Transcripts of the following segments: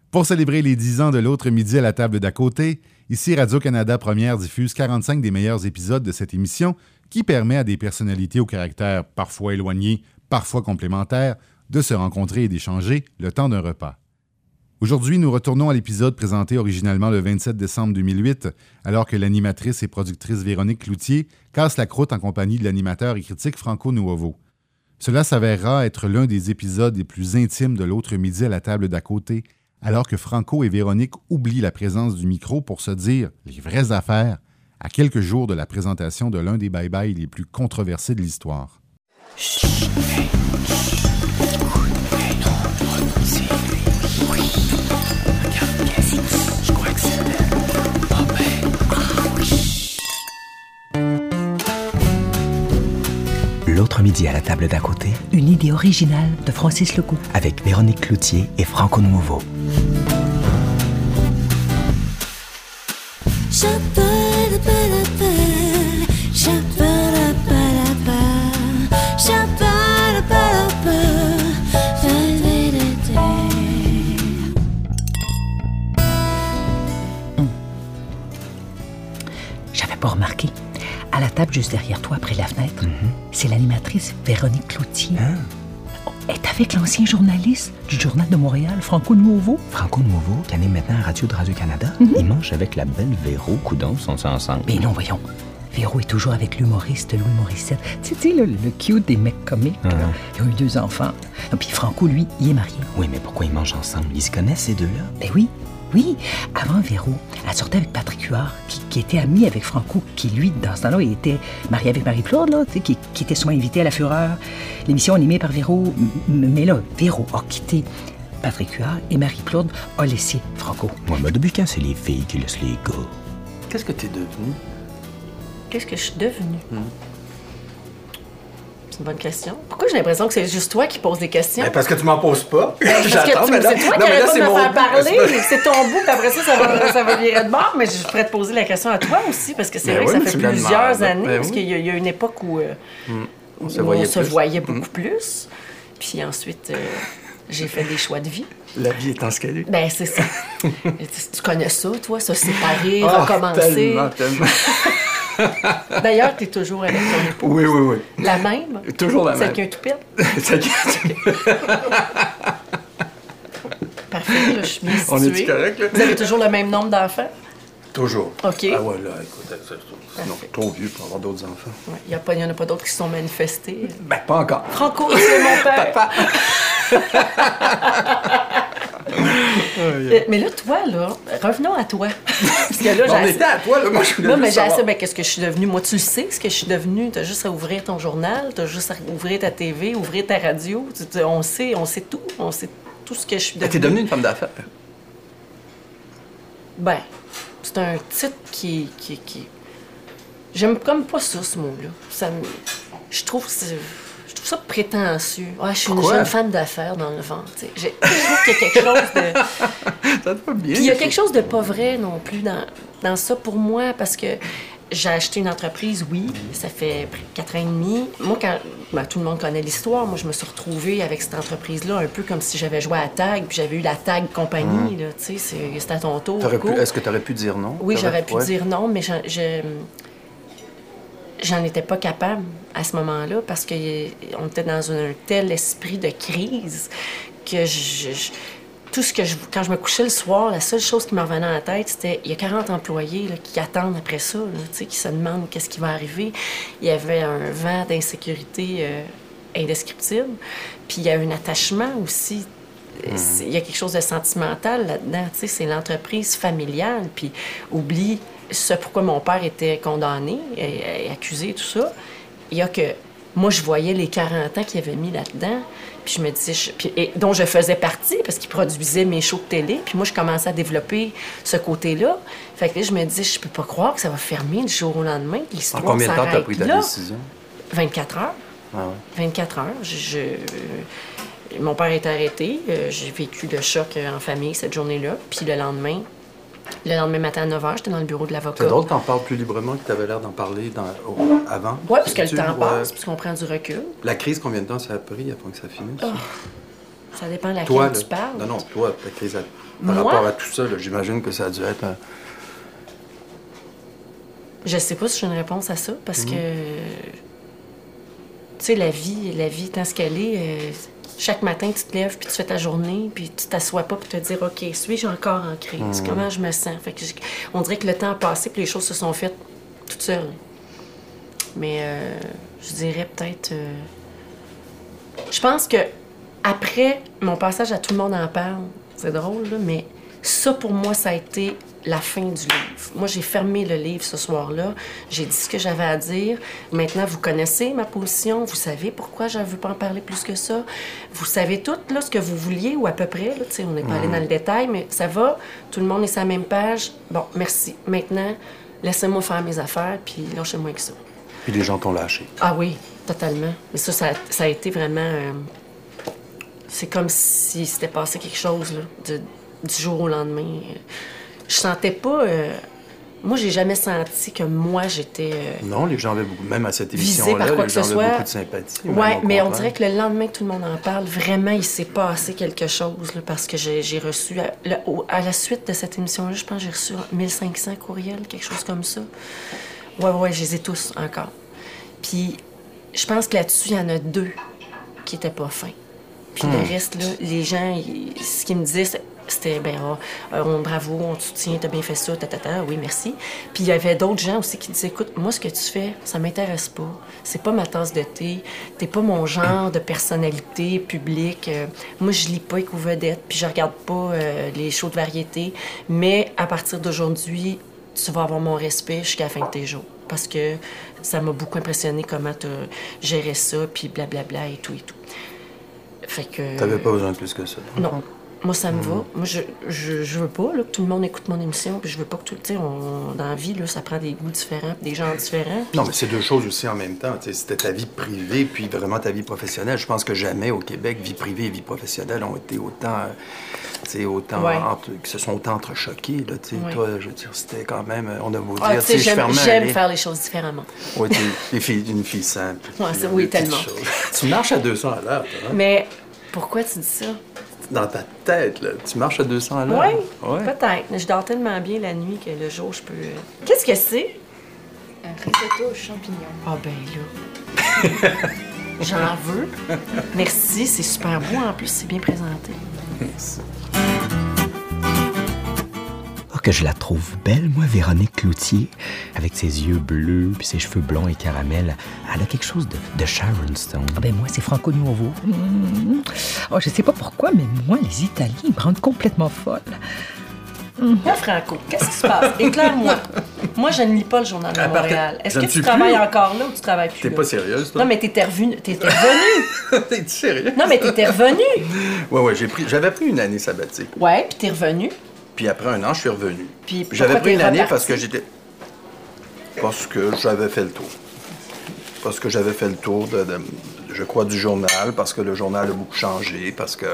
Pour célébrer les 10 ans de l'autre midi à la table d'à côté, ici Radio-Canada Première diffuse 45 des meilleurs épisodes de cette émission qui permet à des personnalités au caractère parfois éloigné, parfois complémentaire, de se rencontrer et d'échanger le temps d'un repas. Aujourd'hui, nous retournons à l'épisode présenté originalement le 27 décembre 2008, alors que l'animatrice et productrice Véronique Cloutier casse la croûte en compagnie de l'animateur et critique Franco Nuovo. Cela s'avérera être l'un des épisodes les plus intimes de l'autre midi à la table d'à côté, alors que Franco et Véronique oublient la présence du micro pour se dire les vraies affaires à quelques jours de la présentation de l'un des bye-bye les plus controversés de l'histoire. L'autre midi à la table d'à côté, une idée originale de Francis Legault avec Véronique Cloutier et Franco Nuovo. J'avais pas remarqué. À la table juste derrière toi, près de la fenêtre, c'est l'animatrice Véronique Cloutier. Elle est avec l'ancien journaliste du Journal de Montréal, Franco Nuovo. Franco Nuovo, qui anime maintenant à Radio-Canada, il mange avec la belle Véro. Coudon, sont ensemble. Mais non, voyons. Véro est toujours avec l'humoriste Louis Morissette. Tu sais, le cute des mecs comiques. Là. Ils ont eu 2 enfants. Et puis Franco, lui, il est marié. Oui, mais pourquoi ils mangent ensemble? Ils se connaissent, ces deux-là? Ben oui. Oui, avant Véro, elle sortait avec Patrick Huard, qui était ami avec Franco, qui, lui, dans ce temps-là, il était marié avec Marie Plourde, là, qui était souvent invité à La Fureur. L'émission animée par Véro. Mais là, Véro a quitté Patrick Huard et Marie Plourde a laissé Franco. Ouais, mais depuis quand c'est les filles qui laissent les gars? Qu'est-ce que t'es devenu? Qu'est-ce que je suis devenue? C'est une bonne question. Pourquoi j'ai l'impression que c'est juste toi qui poses des questions? Ben parce que tu m'en poses pas. Parce que c'est toi qui arrête pas de me faire parler. C'est ton bout, puis après ça va virer de bord. Mais je pourrais te poser la question à toi aussi, parce que c'est vrai que ça fait plusieurs années. Parce qu'il y a une époque où on se voyait beaucoup plus. Puis ensuite, j'ai fait des choix de vie. La vie est en escalier. Ben, c'est ça. Tu connais ça, toi, se séparer, recommencer. Tellement. D'ailleurs, tu es toujours avec ton épouse. Oui. La même? Toujours la même. Celle qui a un toupette? Celle qui a un toupette. Parfait, là, je suis bien située. On est-tu correct, là? Vous avez toujours le même nombre d'enfants? Toujours. OK. Ah ouais, là, écoute, sinon, trop vieux pour avoir d'autres enfants. Ouais, il n'y en a pas d'autres qui se sont manifestés? Ben, pas encore. Franco, c'est mon père. Papa. Mais là, toi, là, revenons à toi. Parce que là, on était à toi, là. Moi, je voulais mais j'ai assez, ben, qu'est-ce que je suis devenue? Moi, tu le sais, ce que je suis devenue. T'as juste à ouvrir ton journal, t'as juste à ouvrir ta TV, ouvrir ta radio. On sait tout. On sait tout ce que je suis devenue. T'es devenue une femme d'affaires? Ben, c'est un titre qui... J'aime comme pas ça, ce mot-là. Je trouve ça prétentieux. Ouais, je suis une jeune femme d'affaires dans le ventre. Je trouve qu'il y a quelque chose de... Ça te va bien. Puis il y a quelque chose de pas vrai non plus dans ça pour moi, parce que j'ai acheté une entreprise, oui, ça fait 4 ans et demi. Moi, quand tout le monde connaît l'histoire, moi, je me suis retrouvée avec cette entreprise-là un peu comme si j'avais joué à Tag, puis j'avais eu la Tag compagnie, là, tu sais, c'était à ton tour. Est-ce que tu aurais pu dire non? Oui, j'aurais pu dire non, mais j'en étais pas capable à ce moment-là, parce qu'on était dans un tel esprit de crise que tout ce que quand je me couchais le soir, la seule chose qui me revenait en tête, c'était il y a 40 employés là, qui attendent après ça, là, qui se demandent qu'est-ce qui va arriver. Il y avait un vent d'insécurité indescriptible. Puis il y a un attachement aussi. Il y a quelque chose de sentimental là-dedans. C'est l'entreprise familiale. Puis oublie ce pourquoi mon père était condamné et accusé et tout ça. Il y a que moi, je voyais les 40 ans qu'il avait mis là-dedans. Puis je me disais, dont je faisais partie, parce qu'il produisait mes shows de télé. Puis moi, je commençais à développer ce côté-là. Fait que là, je me disais, je peux pas croire que ça va fermer du jour au lendemain. L'histoire en combien de temps t'as pris ta décision? 24 heures. Ah ouais. 24 heures. Mon père est arrêté. J'ai vécu le choc en famille cette journée-là. Puis le lendemain matin à 9h, j'étais dans le bureau de l'avocat. C'est drôle que t'en parles plus librement que t'avais l'air d'en parler avant. Oui, parce que le temps passe, puis qu'on prend du recul. La crise, combien de temps ça a pris avant que ça finisse? Ça dépend de laquelle Toi, tu parles. Non, toi, par Moi? rapport à tout ça, là, j'imagine que ça a dû être... Je sais pas si j'ai une réponse à ça, parce que... Tu sais, la vie étant ce qu'elle est, chaque matin, tu te lèves, puis tu fais ta journée, puis tu t'assois pas pour te dire « OK, suis-je encore en crise? Comment je me sens? » Fait que on dirait que le temps a passé, puis les choses se sont faites toutes seules. Mais je dirais peut-être... Je pense que après mon passage à Tout le monde en parle, c'est drôle, là, mais ça, pour moi, ça a été la fin du livre. Moi, j'ai fermé le livre ce soir-là. J'ai dit ce que j'avais à dire. Maintenant, vous connaissez ma position. Vous savez pourquoi je ne veux pas en parler plus que ça. Vous savez tout là, ce que vous vouliez, ou à peu près. Là, on n'est pas allé dans le détail, mais ça va. Tout le monde est sur la même page. Bon, merci. Maintenant, laissez-moi faire mes affaires, puis lâchez-moi que ça. Puis les gens t'ont lâché. Ah oui, totalement. Mais ça a été vraiment... c'est comme si s'était passé quelque chose, là, du jour au lendemain. Je sentais pas... Moi, j'ai jamais senti que moi, j'étais... Non, les gens avaient beaucoup... Même à cette visée émission-là, par quoi les que gens ce avaient soit. beaucoup de sympathie. Oui, mais on dirait que le lendemain que tout le monde en parle, vraiment, il s'est passé quelque chose, là, parce que j'ai reçu... À la suite de cette émission-là, je pense que j'ai reçu 1500 courriels, quelque chose comme ça. Ouais, je les ai tous encore. Puis, je pense que là-dessus, il y en a 2 qui étaient pas fins. Puis le reste, là, les gens, ce qu'ils me disaient, c'était, bravo, on te soutient, t'as bien fait ça, oui, merci. Puis il y avait d'autres gens aussi qui disaient, écoute, moi, ce que tu fais, ça m'intéresse pas. C'est pas ma tasse de thé. T'es pas mon genre de personnalité publique. Moi, je lis pas Éco Vedette, puis je regarde pas les shows de variété. Mais à partir d'aujourd'hui, tu vas avoir mon respect jusqu'à la fin de tes jours. Parce que ça m'a beaucoup impressionné comment tu géré ça, puis blablabla et tout et tout. Fait que... T'avais pas besoin de plus que ça. Non. Moi, ça me va. Moi, je veux pas là, que tout le monde écoute mon émission, puis je veux pas que tout... Tu sais, dans la vie, là, ça prend des goûts différents, des gens différents. Puis... Non, mais c'est 2 choses aussi en même temps. C'était ta vie privée, puis vraiment ta vie professionnelle. Je pense que jamais au Québec, vie privée et vie professionnelle ont été autant... Ouais. qui se sont autant entrechoqués. Là, Ouais. Toi, je veux dire, c'était quand même... On a beau dire, Ah, je fermais j'aime faire les choses différemment. Oui, une fille simple. Ouais, puis, oui, des petites tellement. choses. Tu marches à 200 à l'heure, toi, hein? Mais pourquoi tu dis ça? Dans ta tête, là. Tu marches à 200 à l'heure. Oui, Ouais. peut-être. Mais je dors tellement bien la nuit que le jour, je peux... Qu'est-ce que c'est? Un risotto aux champignons. Ah ben là... J'en veux. Merci, c'est super beau en plus, c'est bien présenté. Merci. Oh, que je la trouve belle, moi, Véronique Cloutier, avec ses yeux bleus puis ses cheveux blonds et caramel. Elle a quelque chose de Sharon Stone. Ah ben moi, c'est Franco Nuovo. Oh, je sais pas pourquoi, mais moi, les Italiens, ils me rendent complètement folle. Moi, Franco, qu'est-ce qui se passe? Éclaire-moi. Moi, je ne lis pas le Journal de Montréal. Est-ce que tu travailles encore là ou tu travailles plus T'es là? pas sérieuse, toi? Non, mais t'étais revenu. T'es sérieux? Non, mais t'étais revenu. Ouais, j'avais pris une année sabbatique. Ouais, puis t'es revenu. Puis après 1 an, je suis revenu. Puis j'avais pourquoi pris une t'es année reparti? parce que j'avais fait le tour. Parce que j'avais fait le tour je crois, du journal, parce que le journal a beaucoup changé, parce que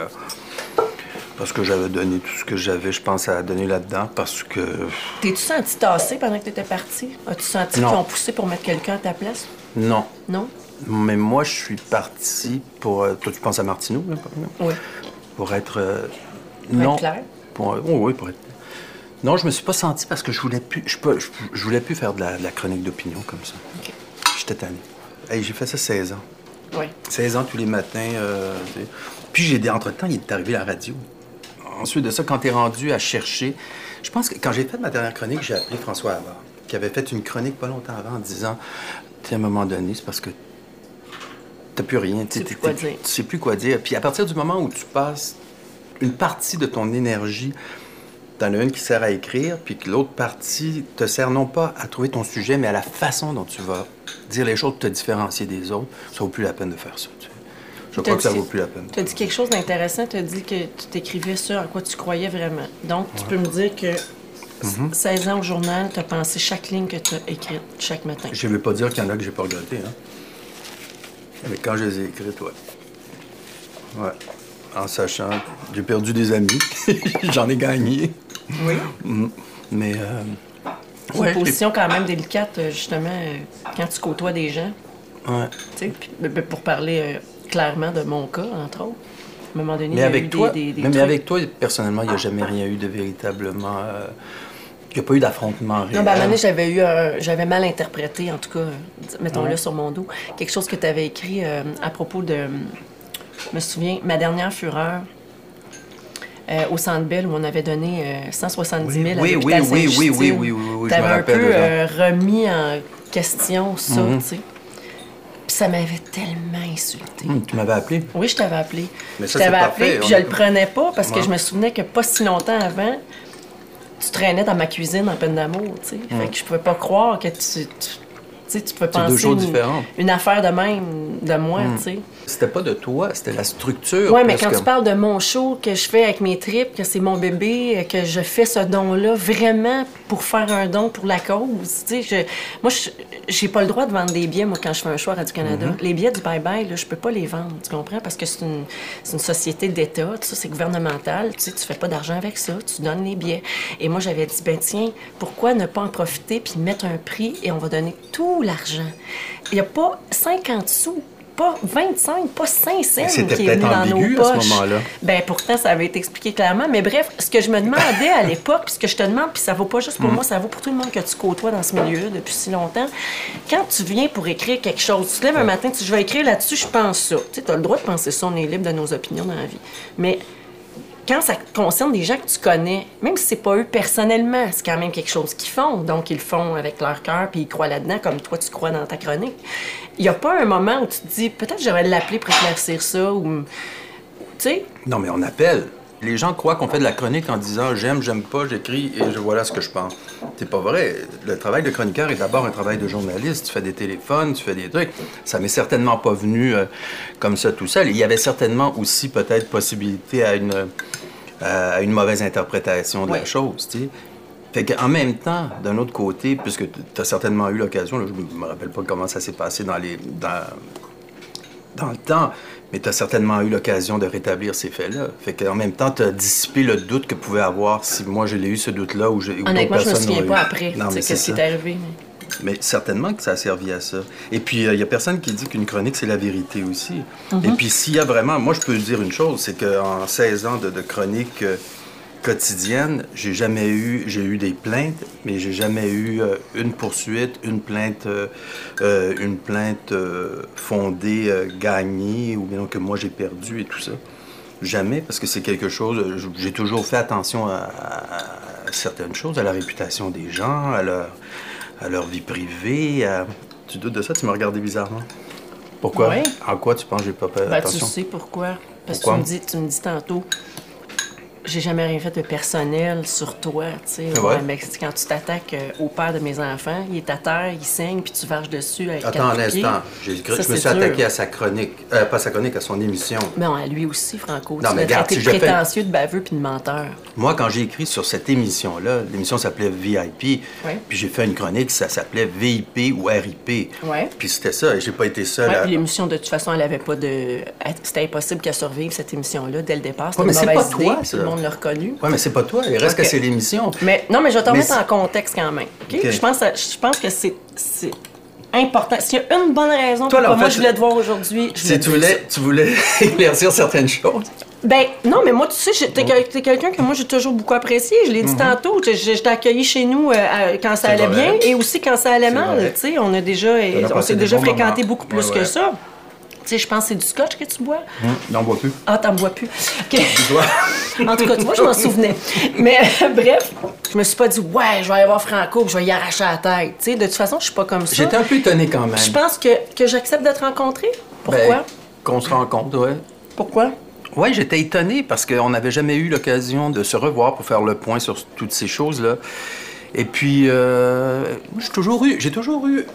j'avais donné tout ce que j'avais, je pense, à donner là-dedans, parce que... T'es-tu senti tassé pendant que t'étais parti? As-tu senti Non. qu'ils ont poussé pour mettre quelqu'un à ta place? Non. Non? Mais moi, je suis parti pour... Toi, tu penses à Martineau, là, par exemple? Oui. Pour être... Pour être clair? Oui, pour être... Non, je me suis pas senti parce que je voulais plus... Je voulais plus faire de la chronique d'opinion comme ça. OK. J'étais tanné. Hey, j'ai fait ça 16 ans. Oui. 16 ans tous les matins. Tu sais. Puis entre-temps, il est arrivé la radio. Ensuite de ça, quand t'es rendu à chercher... Je pense que quand j'ai fait ma dernière chronique, j'ai appelé François Havard, qui avait fait une chronique pas longtemps avant en disant, tu sais, à un moment donné, c'est parce que t'as plus rien. Tu sais plus quoi dire. Tu sais plus quoi dire. Puis à partir du moment où tu passes une partie de ton énergie, t'en as une qui sert à écrire, puis que l'autre partie te sert non pas à trouver ton sujet, mais à la façon dont tu vas dire les choses pour te différencier des autres, ça vaut plus la peine de faire ça. Tu sais. Je crois que ça vaut plus la peine. Tu as dit quelque chose d'intéressant. Tu as dit que tu t'écrivais ça à quoi tu croyais vraiment. Donc, tu peux me dire que 16 ans au journal, tu as pensé chaque ligne que tu as écrite chaque matin. Je ne veux pas dire qu'il y en a que j'ai pas regretté, hein. Mais quand je les ai écrites, ouais. Ouais. En sachant, j'ai perdu des amis. J'en ai gagné. Oui. Mais... C'est une position quand même délicate, justement, quand tu côtoies des gens. Ouais. Tu sais, pour parler clairement de mon cas, entre autres. un moment donné, Mais il y a avec eu toi, des mais trucs. avec toi, personnellement, il n'y a jamais rien eu de véritablement... il n'y a pas eu d'affrontement réel. Non, ben, à un moment donné, j'avais mal interprété, en tout cas, mettons-le sur mon dos, quelque chose que tu avais écrit à propos de... Je me souviens, ma dernière fureur au Centre Bell, où on avait donné 170 000 à l'hôpital Sainte-Justine. Oui, je me T'avais un rappelle peu de ça. remis en question ça, tu sais. Puis ça m'avait tellement insultée. Tu m'avais appelé. Oui, je t'avais appelé. Mais Je ça, t'avais c'est appelé, parfait. puis On je a- le prenais pas parce que Ouais. je me souvenais que pas si longtemps avant, tu traînais dans ma cuisine en peine d'amour, tu sais. Fait que je pouvais pas croire que tu pouvais C'est deux penser choses différentes. une affaire de même de moi, tu sais. C'était pas de toi, c'était la structure. Oui, mais plus quand que- tu parles de mon show que je fais avec mes tripes, que c'est mon bébé, que je fais ce don-là vraiment pour faire un don pour la cause, tu sais, moi, j'ai pas le droit de vendre des billets, moi, quand je fais un show à Radio-Canada. Les billets du bye-bye, là, je peux pas les vendre, tu comprends? Parce que c'est une société d'État, tout ça, c'est gouvernemental, tu sais, tu fais pas d'argent avec ça, tu donnes les billets. Et moi, j'avais dit, ben tiens, pourquoi ne pas en profiter puis mettre un prix et on va donner tout l'argent? Il y a pas 50 sous. Pas 25, pas 5 cents C'était qui est peut-être venu dans nos ambigu à ce poches. moment-là. Ben pourtant, ça avait été expliqué clairement. Mais bref, ce que je me demandais à l'époque, puis ce que je te demande, puis ça vaut pas juste pour moi, ça vaut pour tout le monde que tu côtoies dans ce milieu depuis si longtemps. Quand tu viens pour écrire quelque chose, tu te lèves un matin, tu dis, je vais écrire là-dessus, je pense ça. Tu sais, as le droit de penser ça, on est libre de nos opinions dans la vie. Mais quand ça concerne des gens que tu connais, même si c'est pas eux personnellement, c'est quand même quelque chose qu'ils font. Donc, ils le font avec leur cœur, puis ils croient là-dedans, comme toi, tu crois dans ta chronique. Il n'y a pas un moment où tu te dis, peut-être que j'aurais l'appeler pour éclaircir ça, ou... Tu sais? Non, mais on appelle. Les gens croient qu'on fait de la chronique en disant j'aime, j'aime pas, j'écris et voilà ce que je pense. C'est pas vrai. Le travail de chroniqueur est d'abord un travail de journaliste. Tu fais des téléphones, tu fais des trucs. Ça m'est certainement pas venu comme ça tout seul. Il y avait certainement aussi peut-être possibilité à une mauvaise interprétation de la chose, tu sais. Fait qu'en même temps, d'un autre côté, puisque tu as certainement eu l'occasion, là, je me rappelle pas comment ça s'est passé dans le temps, mais tu as certainement eu l'occasion de rétablir ces faits-là. Fait qu'en même temps, tu as dissipé le doute que pouvait avoir si moi j'ai eu ce doute-là ou d'autres Honnêtement, je me personnes souviens l'ont pas eu. après, Non, tu mais sais, c'est qu'est-ce qui ça. est arrivé. Mais certainement que ça a servi à ça. Et puis, il y a personne qui dit qu'une chronique, c'est la vérité aussi. Et puis, s'il y a vraiment... Moi, je peux dire une chose, c'est qu'en 16 ans de chronique quotidienne, j'ai eu des plaintes, mais j'ai jamais eu une poursuite, une plainte fondée, gagnée, ou bien que moi j'ai perdu et tout ça. Jamais, parce que c'est quelque chose... J'ai toujours fait attention à certaines choses, à la réputation des gens, à leur vie privée. Tu doutes de ça? Tu m'as regardé bizarrement. Pourquoi? Oui. En quoi tu penses que j'ai pas fait Ben, tu attention? sais pourquoi. Parce que Pourquoi? tu me dis tantôt, j'ai jamais rien fait de personnel sur toi, tu sais. C'est vrai? Mais quand tu t'attaques au père de mes enfants, il est à terre, il saigne, puis tu varges dessus avec Attends un quatre pieds. instant. Je Ça, me suis c'est attaqué dur. à sa chronique. Pas à sa chronique, à son émission. Non, à lui aussi, Franco. Non, Tu mais l'as regarde, traité si de je fais- prétentieux, de baveux puis de menteur. Moi, quand j'ai écrit sur cette émission-là, l'émission s'appelait VIP, Ouais. puis j'ai fait une chronique, ça s'appelait VIP ou RIP. Ouais. Puis c'était ça, et j'ai pas été seul Ouais, à... puis l'émission, de toute façon, elle avait pas de... C'était impossible qu'elle survive, cette émission-là, dès le départ. C'était Ouais, mais une c'est mauvaise pas idée, toi, puis ça. tout le monde l'a reconnu. Ouais, mais c'est pas toi, il reste Ok. que c'est l'émission. Mais non, mais je vais te Mais remettre c'est- en contexte quand même. OK? Ok. Je pense que c'est important. S'il y a une bonne raison Toi, là, pourquoi en moi fait, je voulais te voir aujourd'hui, je Si voulais te dire tu voulais éclaircir certaines choses. ça. Ben non, mais moi, tu sais, t'es quelqu'un que moi j'ai toujours beaucoup apprécié. Je l'ai dit tantôt. Je t'ai accueilli chez nous quand ça C'est allait vrai. bien et aussi quand ça allait mal. vrai. Tu sais, on passé s'est des déjà bons fréquenté moments. beaucoup plus Ouais, ouais. que ça. Tu sais, je pense que c'est du scotch que tu bois. N'en bois plus. Ah, t'en bois plus. OK. Toi? En tout cas, tu vois, je m'en souvenais. Mais bref, je me suis pas dit, ouais, je vais aller voir Franco, puis je vais y arracher la tête. Tu sais, de toute façon, je suis pas comme ça. J'étais un peu étonné quand même. Je pense que j'accepte d'être rencontrée. Pourquoi? Ben, qu'on se rencontre, ouais. Pourquoi? Oui, j'étais étonné parce qu'on n'avait jamais eu l'occasion de se revoir pour faire le point sur toutes ces choses-là. Et puis, j'ai toujours eu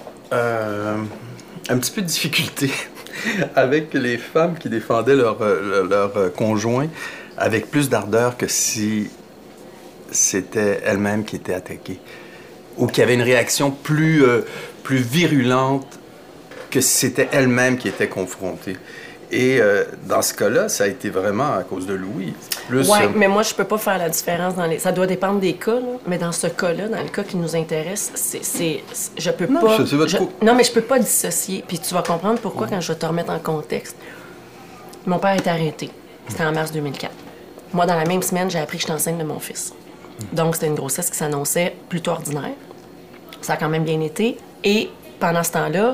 un petit peu de difficulté avec les femmes qui défendaient leur conjoint avec plus d'ardeur que si c'était elles-mêmes qui étaient attaquées. Ou qui avaient une réaction plus virulente que si c'était elles-mêmes qui étaient confrontées. Et dans ce cas-là, ça a été vraiment à cause de Louis. Plus, Oui, mais moi, je peux pas faire la différence dans les... Ça doit dépendre des cas, là. Mais dans ce cas-là, dans le cas qui nous intéresse, je peux Non, pas... c'est votre coup. Non, mais je peux pas dissocier. Puis tu vas comprendre pourquoi quand je vais te remettre en contexte. Mon père est arrêté. C'était en mars 2004. Moi, dans la même semaine, j'ai appris que j'étais enceinte de mon fils. Donc, c'était une grossesse qui s'annonçait plutôt ordinaire. Ça a quand même bien été. Et pendant ce temps-là,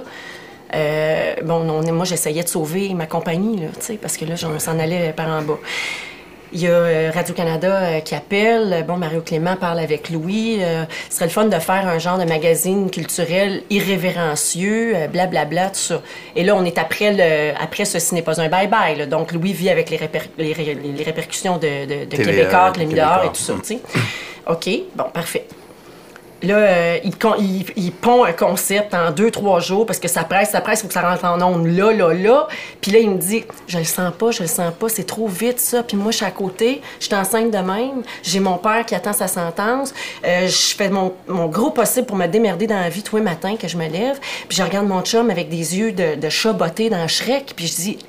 moi, j'essayais de sauver ma compagnie, là, parce que là, on s'en allait par en bas. Il y a Radio-Canada qui appelle. Mario Clément parle avec Louis. Ce serait le fun de faire un genre de magazine culturel irrévérencieux, blablabla, tout ça. Et là, on est après Ceci n'est pas un bye-bye. Là. Donc, Louis vit avec les répercussions de Québécois, que l'a mis dehors et tout ça, tu sais. OK, bon, parfait. Là, il pond un concept en 2-3 jours parce que ça presse, il faut que ça rentre en ondes là. Puis là, il me dit, je le sens pas, c'est trop vite ça. Puis moi, je suis à côté, je suis enceinte de même, j'ai mon père qui attend sa sentence, je fais mon gros possible pour me démerder dans la vie tous les matins que je me lève. Puis je regarde mon chum avec des yeux de chat botté dans Shrek, puis je dis,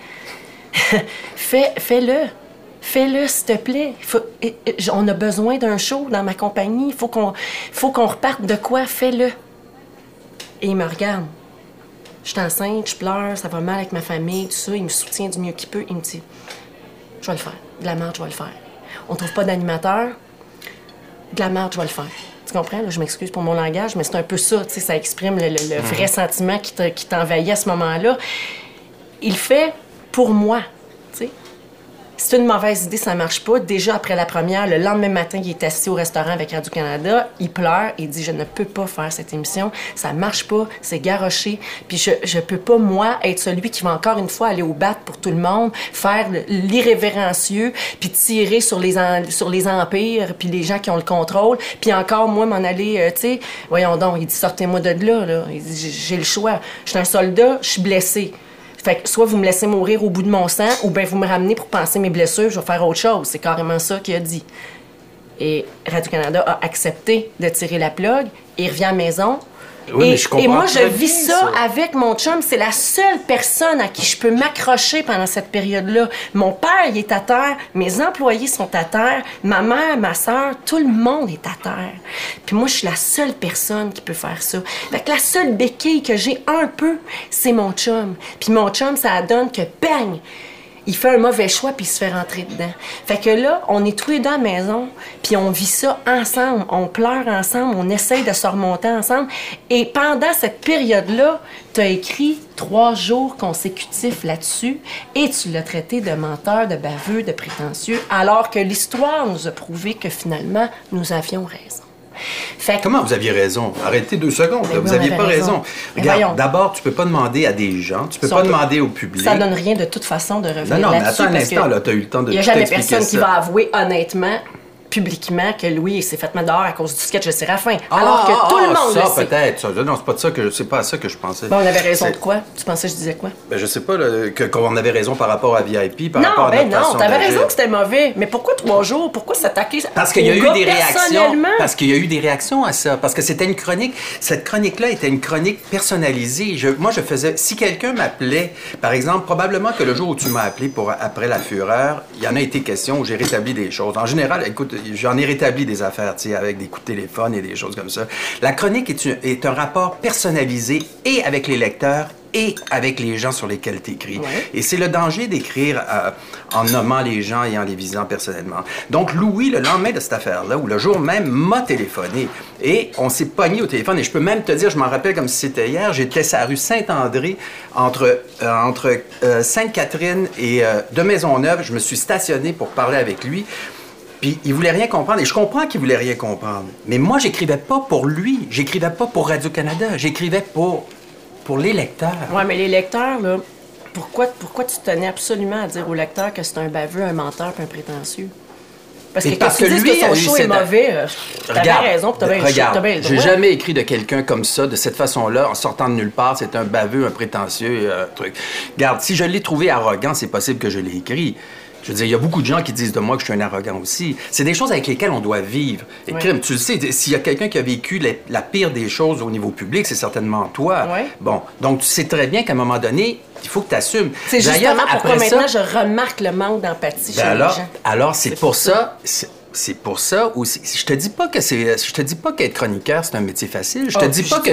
fais-le. Fais-le, s'il te plaît. On a besoin d'un show dans ma compagnie. Il faut qu'on reparte de quoi? Fais-le. Et il me regarde. Je suis enceinte, je pleure, ça va mal avec ma famille, tout ça. Il me soutient du mieux qu'il peut. Il me dit, je vais le faire. De la merde, je vais le faire. On trouve pas d'animateur. De la merde, je vais le faire. Tu comprends? Là, je m'excuse pour mon langage, mais c'est un peu ça. Tu sais, ça exprime le vrai sentiment qui t'envahit à ce moment-là. Il fait pour moi, tu sais. C'est une mauvaise idée, ça marche pas. Déjà, après la première, le lendemain matin, il est assis au restaurant avec Radio-Canada. Il pleure, il dit « Je ne peux pas faire cette émission. Ça marche pas, c'est garoché. Puis je peux pas, moi, être celui qui va encore une fois aller au bat pour tout le monde, faire l'irrévérencieux, puis tirer sur les empires, puis les gens qui ont le contrôle. Puis encore, moi, m'en aller, tu sais... Voyons donc, il dit « Sortez-moi de là. » Il dit « J'ai le choix. Je suis un soldat, je suis blessé. » Fait que soit vous me laissez mourir au bout de mon sang, ou bien vous me ramenez pour penser mes blessures, je vais faire autre chose. C'est carrément ça qu'il a dit. Et Radio-Canada a accepté de tirer la plug. Il revient à la maison. Oui, et moi, je vis ça avec mon chum. C'est la seule personne à qui je peux m'accrocher pendant cette période-là. Mon père, il est à terre. Mes employés sont à terre. Ma mère, ma soeur, tout le monde est à terre. Puis moi, je suis la seule personne qui peut faire ça. Fait que la seule béquille que j'ai un peu, c'est mon chum. Puis mon chum, ça donne que bang! Il fait un mauvais choix, puis il se fait rentrer dedans. Fait que là, on est tous les deux à la maison, puis on vit ça ensemble. On pleure ensemble, on essaye de se remonter ensemble. Et pendant cette période-là, tu as écrit 3 jours consécutifs là-dessus, et tu l'as traité de menteur, de baveux, de prétentieux, alors que l'histoire nous a prouvé que finalement, nous avions raison. Fait que... Comment vous aviez raison? Arrêtez 2 secondes. Vous n'aviez pas raison. Regarde, d'abord, tu peux pas demander à des gens, tu peux pas demander au public. Ça donne rien de toute façon de revenir non, là-dessus. Non, mais attends un instant, tu as eu le temps de tout expliquer ça. Il n'y a jamais personne qui va avouer honnêtement, publiquement, que Louis s'est fait mettre dehors à cause du sketch de Séraphin. Alors que tout le monde le sait. Peut-être. Non, c'est pas ça que je pensais. Bon, on avait raison de quoi? Tu pensais que je disais quoi? Ben, je sais pas, qu'on avait raison par rapport à VIP, par rapport à notre façon non, t'avais raison que c'était mauvais. Mais pourquoi 3 jours? Pourquoi s'attaquer Parce qu'il y a eu des réactions. Parce qu'il y a eu des réactions à ça. Parce que c'était une chronique. Cette chronique-là était une chronique personnalisée. Moi, je faisais... Si quelqu'un m'appelait, par exemple, probablement que le jour où tu m'as appelé pour Après la Fureur, il y en a été question où j'ai rétabli des choses. En général, écoute, j'en ai rétabli des affaires, tu sais, avec des coups de téléphone et des choses comme ça. La chronique est un rapport personnalisé et avec les lecteurs et avec les gens sur lesquels tu écris. Ouais. Et c'est le danger d'écrire en nommant les gens et en les visant personnellement. Donc, Louis, le lendemain de cette affaire-là, ou le jour même, m'a téléphoné. Et on s'est pogné au téléphone. Et je peux même te dire, je m'en rappelle comme si c'était hier, j'étais sur la rue Saint-André, entre Sainte-Catherine et de Maisonneuve. Je me suis stationné pour parler avec lui. Puis il voulait rien comprendre, et je comprends qu'il voulait rien comprendre. Mais moi, j'écrivais pas pour lui, j'écrivais pas pour Radio-Canada, j'écrivais pour les lecteurs. Oui, mais les lecteurs, là, pourquoi tu tenais absolument à dire aux lecteurs que c'est un baveux, un menteur puis un prétentieux? Parce que quand tu dis que son show est mauvais, t'avais raison, puis t'avais le droit. J'ai jamais écrit de quelqu'un comme ça, de cette façon-là, en sortant de nulle part, c'est un baveux, un prétentieux, truc. Regarde, si je l'ai trouvé arrogant, c'est possible que je l'ai écrit. Je veux dire, il y a beaucoup de gens qui disent de moi que je suis un arrogant aussi. C'est des choses avec lesquelles on doit vivre. Et Crime, tu le sais, s'il y a quelqu'un qui a vécu la pire des choses au niveau public, c'est certainement toi. Ouais. Bon, donc tu sais très bien qu'à un moment donné, il faut que tu assumes. C'est justement pourquoi maintenant je remarque le manque d'empathie chez les gens. Alors, c'est pour ça... c'est pour ça aussi. Je te dis pas qu'être chroniqueur, c'est un métier facile. Je te dis pas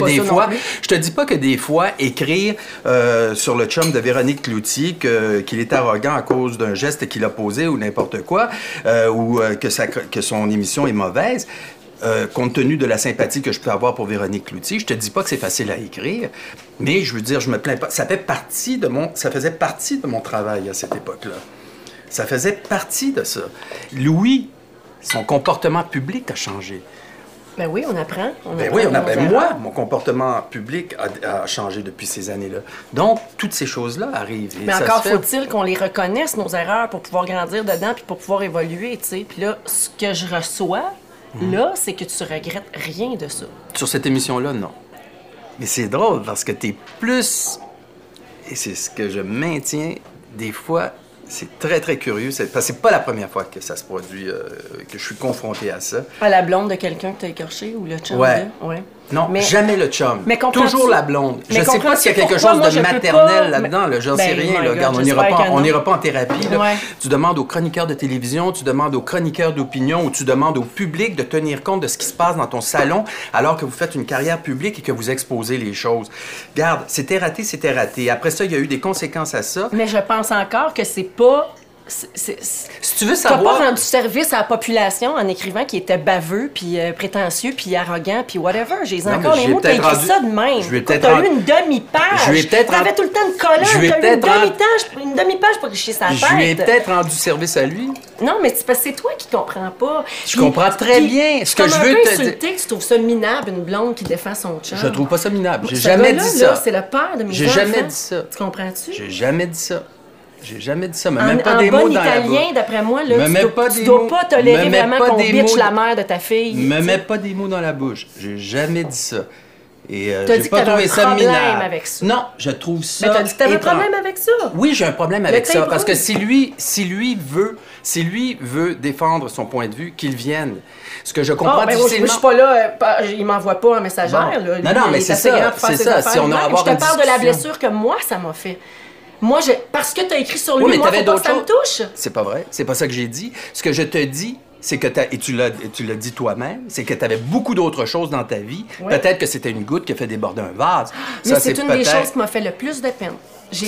que des fois, écrire sur le chum de Véronique Cloutier qu'il est arrogant à cause d'un geste qu'il a posé ou n'importe quoi, ou que son émission est mauvaise, compte tenu de la sympathie que je peux avoir pour Véronique Cloutier, je te dis pas que c'est facile à écrire, mais je veux dire, je me plains pas. Ça faisait partie de mon travail à cette époque-là. Ça faisait partie de ça. Louis, son comportement public a changé. Ben oui, on apprend. Moi, mon comportement public a changé depuis ces années-là. Donc, toutes ces choses-là arrivent. Mais encore faut-il qu'on les reconnaisse, nos erreurs, pour pouvoir grandir dedans puis pour pouvoir évoluer, tu sais. Puis là, ce que je reçois, là, c'est que tu regrettes rien de ça. Sur cette émission-là, non. Mais c'est drôle parce que t'es plus... Et c'est ce que je maintiens, des fois... C'est très, très curieux. Parce que c'est pas la première fois que ça se produit, que je suis confronté à ça. À la blonde de quelqu'un que t'as écorché ou le chum? Ouais. Non, mais, jamais le chum. Mais toujours la blonde. Je sais pas s'il y a quelque chose de maternel là-dedans. Là, j'en sais rien. Là, regarde, on n'ira pas en thérapie. Là. Ouais. Tu demandes aux chroniqueurs de télévision, tu demandes aux chroniqueurs d'opinion ou tu demandes au public de tenir compte de ce qui se passe dans ton salon alors que vous faites une carrière publique et que vous exposez les choses. Regarde, c'était raté, c'était raté. Après ça, il y a eu des conséquences à ça. Mais je pense encore que c'est pas... Si tu veux savoir... T'as pas rendu service à la population en écrivant qu'il était baveux, puis prétentieux, puis arrogant, puis whatever. J'ai encore les mots, t'as écrit ça de même. T'as eu une demi-page. T'avais tout le temps de collant, t'as eu une demi-page pour richer sa tête. Je lui ai peut-être rendu service à lui. Non, mais c'est parce que c'est toi qui comprends pas. Je comprends très bien. Ce que je veux te dire... que tu trouves ça minable, une blonde qui défend son chum. Je trouve pas ça minable. J'ai jamais dit ça. C'est le père de mes enfants. J'ai jamais dit ça. Tu comprends-tu? J'ai jamais dit ça. J'ai jamais dit ça, mais même pas des mots dans la bouche. En bon italien, d'après moi, là, tu dois pas tolérer vraiment qu'on bitch la mère de ta fille. Me mets pas des mots dans la bouche. J'ai jamais dit ça. Et t'as dit que t'avais un problème avec ça. Non, je trouve ça... Mais t'as dit que t'avais un problème avec ça. Oui, j'ai un problème avec ça, parce que si lui veut défendre son point de vue, qu'il vienne. Ce que je comprends difficilement... Je suis pas là, il m'envoie pas un messagère. Là. Non, mais c'est ça, si on a à avoir une discussion. Je te parle de la blessure que moi, ça m'a fait. Moi, parce que tu as écrit sur lui, moi, faut pas que ça me touche. C'est pas vrai. C'est pas ça que j'ai dit. Ce que je te dis, c'est que et tu l'as dit toi-même, c'est que tu avais beaucoup d'autres choses dans ta vie. Ouais. Peut-être que c'était une goutte qui a fait déborder un vase. Mais c'est une des choses qui m'a fait le plus de peine. J'ai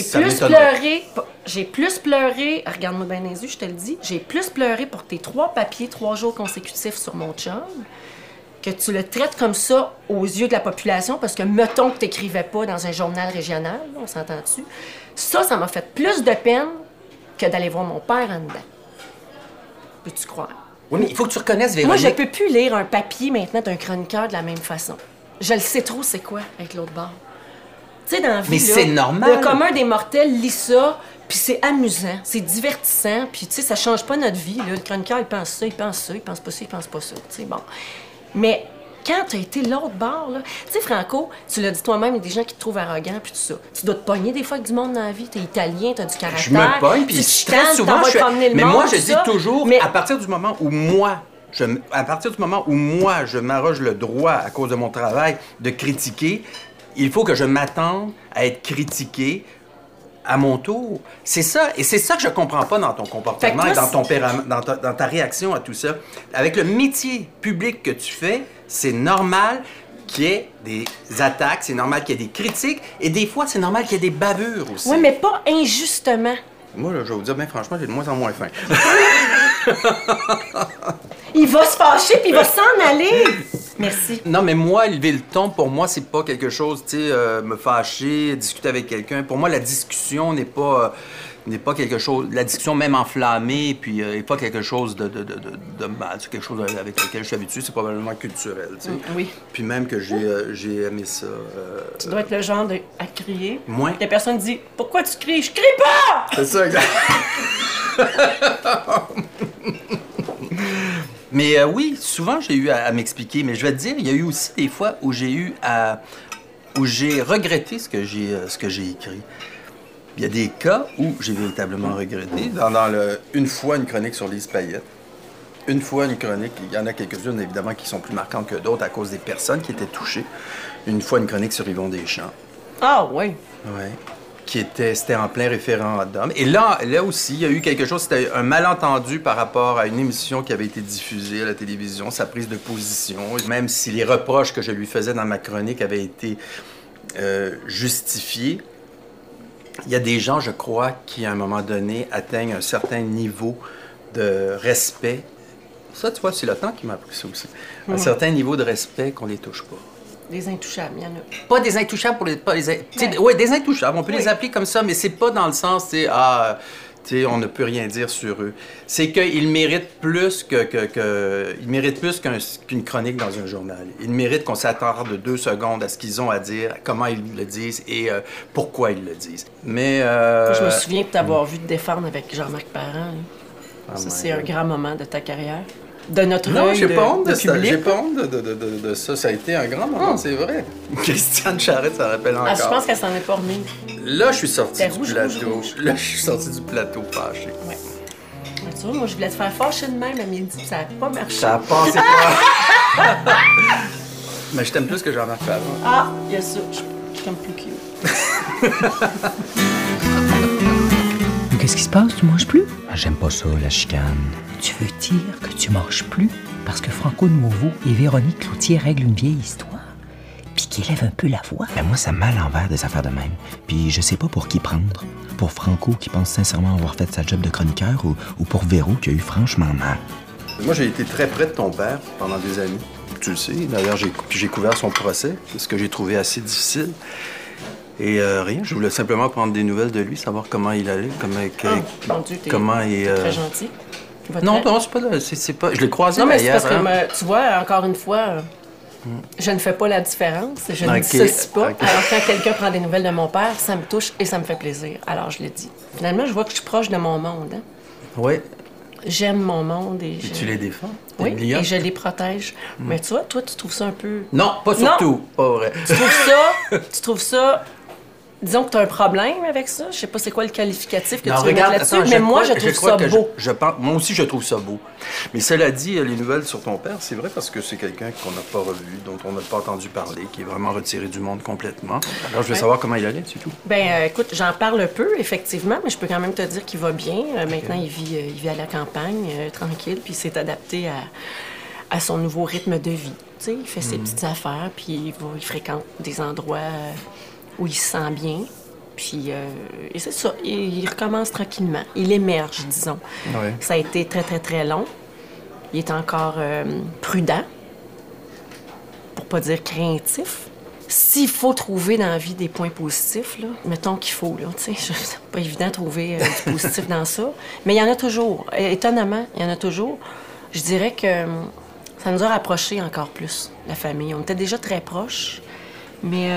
plus pleuré, regarde-moi bien les yeux, je te le dis, j'ai plus pleuré pour tes 3 papiers 3 jours consécutifs sur mon chum, que tu le traites comme ça aux yeux de la population, parce que mettons que tu n'écrivais pas dans un journal régional, on s'entend-tu? Ça m'a fait plus de peine que d'aller voir mon père en dedans. Peux-tu croire? Oui, mais il faut que tu reconnaisses, Véronique. Moi, je peux plus lire un papier maintenant d'un chroniqueur de la même façon. Je le sais trop, c'est quoi, avec l'autre bord. Tu sais, dans la vie, mais c'est normal. Le commun des mortels lit ça, puis c'est amusant, c'est divertissant, puis tu sais, ça change pas notre vie. Là. Le chroniqueur, il pense ça, il pense ça, il pense pas ça, il pense pas ça. Tu sais, bon. Mais... Quand tu as été l'autre bord, là... Tu sais, Franco, tu l'as dit toi-même, il y a des gens qui te trouvent arrogant, puis tout ça. Tu dois te pogner des fois avec du monde dans la vie. T'es italien, t'as du caractère. Je me pogne, puis très souvent, mais moi, je dis toujours, à partir du moment où moi, je m'arroge le droit, à cause de mon travail, de critiquer, il faut que je m'attende à être critiqué à mon tour. C'est ça. Et c'est ça que je comprends pas dans ton comportement et dans ta réaction à tout ça. Avec le métier public que tu fais, c'est normal qu'il y ait des attaques, c'est normal qu'il y ait des critiques, et des fois, c'est normal qu'il y ait des bavures aussi. Oui, mais pas injustement. Moi, là, je vais vous dire, bien franchement, j'ai de moins en moins faim. Il va se fâcher, puis il va s'en aller. Merci. Non, mais moi, élever le ton, pour moi, c'est pas quelque chose, tu sais, me fâcher, discuter avec quelqu'un. Pour moi, la discussion n'est pas quelque chose... La discussion, même enflammée, puis n'est pas quelque chose de mal. C'est quelque chose avec lequel je suis habitué. C'est probablement culturel, tu sais. Oui. Puis même que j'ai aimé ça. Tu dois être le genre à crier. Moi? La personne dit « Pourquoi tu cries? Je crie pas! » C'est ça, exact. Mais oui, souvent, j'ai eu à m'expliquer. Mais je vais te dire, il y a eu aussi des fois où j'ai regretté ce que j'ai écrit. Il y a des cas où j'ai véritablement regretté. Une fois, une chronique sur Lise Payette. Une fois, une chronique, il y en a quelques-unes, évidemment, qui sont plus marquantes que d'autres à cause des personnes qui étaient touchées. Une fois, une chronique sur Yvon Deschamps. Ah, oui. Oui. c'était en plein référendum. Et là aussi, il y a eu quelque chose, c'était un malentendu par rapport à une émission qui avait été diffusée à la télévision, sa prise de position, même si les reproches que je lui faisais dans ma chronique avaient été justifiés. Il y a des gens, je crois, qui, à un moment donné, atteignent un certain niveau de respect. Ça, tu vois, c'est le temps qui m'a appris ça aussi. Un certain niveau de respect qu'on les touche pas. Des intouchables, il y en a. Pas des intouchables pour les... Oui, des intouchables, on peut les appeler comme ça, mais c'est pas dans le sens, on ne peut rien dire sur eux. C'est qu'ils méritent plus ils méritent plus qu'une chronique dans un journal. Ils méritent qu'on s'attarde 2 secondes à ce qu'ils ont à dire, comment ils le disent et pourquoi ils le disent. Mais... Je me souviens de t'avoir vu te défendre avec Jean-Marc Parent. Ça, c'est un grand moment de ta carrière. De notre œil j'ai pas honte de public. Ça. J'ai pas honte de ça. Ça a été un grand moment, c'est vrai. Christiane Charette, ça rappelle encore. Ah, je pense qu'elle s'en est pas remise. Là, je suis sorti du rouge, plateau. rouge. Là, je suis sorti du plateau fâché. Ouais. Tu vois, moi, je voulais te faire fâcher de même à midi, ça n'a pas marché. Ça a passé pas. Mais je t'aime plus que Jean-Marc Parent. Ah, il y a ça. Je t'aime plus cute. Qu'est-ce qui se passe? Tu manges plus? Ah, j'aime pas ça, la chicane. Tu veux dire que tu manges plus parce que Franco Nuovo et Véronique Cloutier règlent une vieille histoire? Puis qu'ils élèvent un peu la voix? Ben moi, ça m'a à l'envers des affaires de même. Puis je sais pas pour qui prendre. Pour Franco, qui pense sincèrement avoir fait sa job de chroniqueur, ou pour Véro, qui a eu franchement mal. Moi, j'ai été très près de ton père pendant des années. Tu le sais. D'ailleurs, j'ai couvert son procès, ce que j'ai trouvé assez difficile. Et rien, je voulais simplement prendre des nouvelles de lui, savoir comment il allait, Mon Dieu, t'es très gentil. Non, c'est pas... Je l'ai croisé non, mais c'est hier. parce que, tu vois, encore une fois, je ne fais pas la différence. Je ne dissocie pas. Okay. Alors, quand quelqu'un prend des nouvelles de mon père, ça me touche et ça me fait plaisir. Alors, je le dis. Finalement, je vois que je suis proche de mon monde. Hein? Oui. J'aime mon monde et tu les défends. Oui, et je les protège. Mais tu vois, toi, tu trouves ça un peu... Non, pas surtout. Pas vrai. Tu trouves ça... Disons que tu as un problème avec ça. Je sais pas c'est quoi le qualificatif que tu veux mettre là-dessus, mais moi, je trouve ça beau. Moi aussi, je trouve ça beau. Mais cela dit, les nouvelles sur ton père, c'est vrai parce que c'est quelqu'un qu'on n'a pas revu, dont on n'a pas entendu parler, qui est vraiment retiré du monde complètement. Alors, je veux savoir comment il allait, c'est tout. Ben, écoute, j'en parle peu, effectivement, mais je peux quand même te dire qu'il va bien. Maintenant, il vit à la campagne, tranquille, puis il s'est adapté à son nouveau rythme de vie. Tu sais, il fait ses petites affaires, puis il fréquente des endroits... où il se sent bien, puis et c'est ça, il recommence tranquillement. Il émerge, disons. Ouais. Ça a été très, très, très long. Il est encore prudent, pour pas dire craintif. S'il faut trouver dans la vie des points positifs, là, mettons qu'il faut, là, tu sais, c'est pas évident de trouver du positif dans ça, mais il y en a toujours. Étonnamment, il y en a toujours. Je dirais que ça nous a rapprochés encore plus, la famille. On était déjà très proches, mais...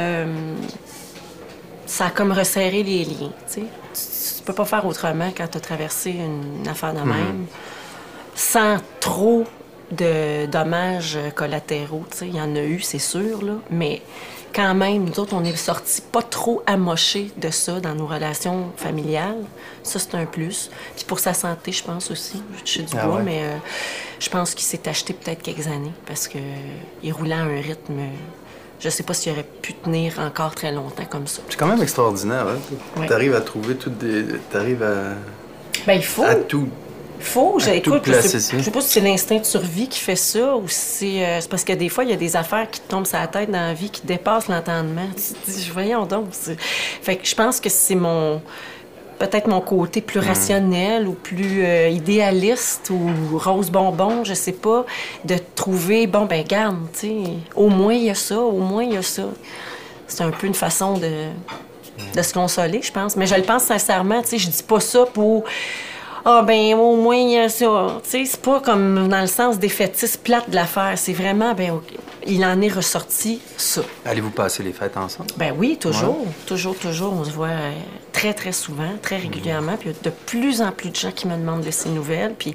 ça a comme resserré les liens, tu sais. Tu peux pas faire autrement quand tu as traversé une affaire de même, sans trop de dommages collatéraux, tu sais. Il y en a eu, c'est sûr, là, mais quand même, nous autres, on est sortis pas trop amochés de ça dans nos relations familiales. Ça, c'est un plus. Puis pour sa santé, je pense aussi. Je touche du bois, mais je pense qu'il s'est acheté peut-être quelques années parce qu'il roulait à un rythme... Je sais pas s'il aurait pu tenir encore très longtemps comme ça. C'est quand même extraordinaire, hein? Ouais. T'arrives à trouver toutes des... T'arrives à... Ben, il faut. À tout. Il faut. Écoute, je sais pas si c'est l'instinct de survie qui fait ça ou si c'est parce que des fois, il y a des affaires qui te tombent sur la tête dans la vie qui dépassent l'entendement. Tu te dis, voyons donc. Fait que je pense que c'est peut-être mon côté plus rationnel ou plus idéaliste ou rose bonbon, je sais pas, de trouver, bon, ben garde, tu sais, au moins il y a ça, au moins il y a ça. C'est un peu une façon de se consoler, je pense. Mais je le pense sincèrement, tu sais, je dis pas ça pour... Ah, ben au moins il y a ça. Tu sais, c'est pas comme dans le sens défaitiste plate de l'affaire. C'est vraiment, ben OK, il en est ressorti ça. Allez-vous passer les fêtes ensemble? Ben oui, toujours. Ouais. Toujours. On se voit très, très souvent, très régulièrement. Puis il y a de plus en plus de gens qui me demandent de ces nouvelles. Puis,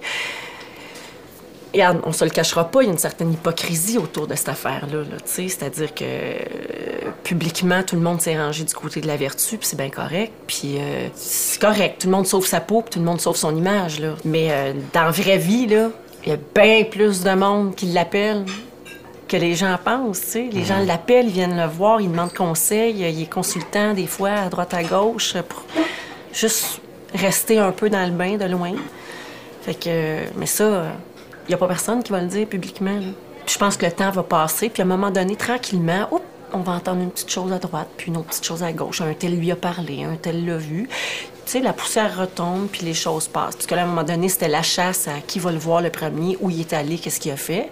regarde, on se le cachera pas, il y a une certaine hypocrisie autour de cette affaire-là. Là, c'est-à-dire que publiquement, tout le monde s'est rangé du côté de la vertu, puis c'est bien correct. Puis c'est correct, tout le monde sauve sa peau, puis tout le monde sauve son image. Là. Mais dans la vraie vie, là, il y a bien plus de monde qui l'appelle que les gens pensent, tu sais. Les gens l'appellent, ils viennent le voir, ils demandent conseil, il est consultant des fois à droite à gauche pour juste rester un peu dans le bain de loin. Fait que, mais ça, il n'y a pas personne qui va le dire publiquement, là. Puis je pense que le temps va passer, puis à un moment donné, tranquillement, on va entendre une petite chose à droite, puis une autre petite chose à gauche. Un tel lui a parlé, un tel l'a vu. Tu sais, la poussière retombe, puis les choses passent. Parce que là, à un moment donné, c'était la chasse à qui va le voir le premier, où il est allé, qu'est-ce qu'il a fait.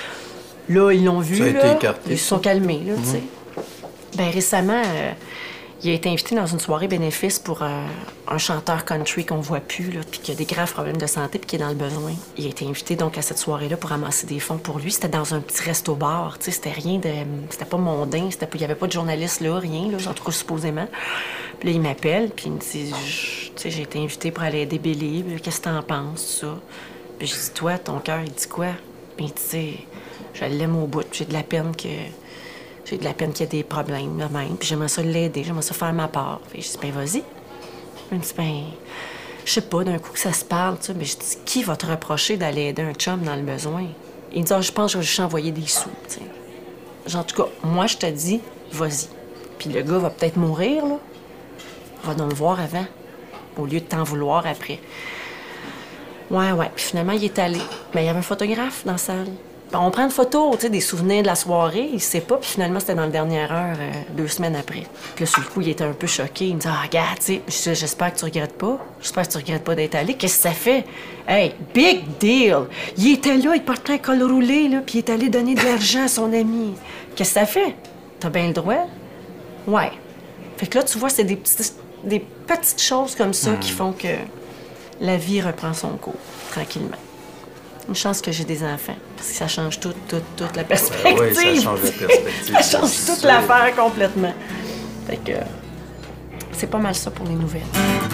Là, ils l'ont vu, ça a été écarté, ils se sont calmés, là, tu sais. Bien, récemment, il a été invité dans une soirée bénéfice pour un chanteur country qu'on voit plus, là, puis qui a des graves problèmes de santé, puis qui est dans le besoin. Il a été invité donc à cette soirée-là pour ramasser des fonds pour lui. C'était dans un petit resto-bar, tu sais, c'était rien de... C'était pas mondain, il y avait pas de journaliste là, rien, là, en tout cas supposément. Puis là, il m'appelle, puis il me dit, tu sais, j'ai été invité pour aller aider Billy, qu'est-ce que t'en penses, ça? Puis je dis, toi, ton cœur, il dit quoi? Puis tu sais, je l'aime au bout, j'ai de la peine qu'il y ait des problèmes de même. Puis j'aimerais ça l'aider, j'aimerais ça faire ma part. Puis je dis, ben vas-y. Il me dit, ben, je sais pas, d'un coup que ça se parle, tu sais. Mais je dis, qui va te reprocher d'aller aider un chum dans le besoin? Il me dit, je pense que je vais juste envoyer des sous, tu sais. Genre, en tout cas, moi, je te dis, vas-y. Puis le gars va peut-être mourir, là. Va donc le voir avant, au lieu de t'en vouloir après. Ouais. Puis finalement, il est allé. Mais il y avait un photographe dans la salle. On prend une photo, tu sais, des souvenirs de la soirée, il sait pas, puis finalement, c'était dans la dernière heure, 2 semaines après. Puis là, sur le coup, il était un peu choqué. Il me dit, regarde, tu sais, j'espère que tu regrettes pas. J'espère que tu regrettes pas d'être allé. Qu'est-ce que ça fait? Hey, big deal! Il était là, il portait un col roulé, là, puis il est allé donner de l'argent à son ami. Qu'est-ce que ça fait? T'as bien le droit? Ouais. Fait que là, tu vois, c'est des petites choses comme ça qui font que la vie reprend son cours, tranquillement. Une chance que j'ai des enfants, parce que ça change toute la perspective. Oui, ça change la perspective. Ça change toute l'affaire complètement. Fait que c'est pas mal ça pour les nouvelles.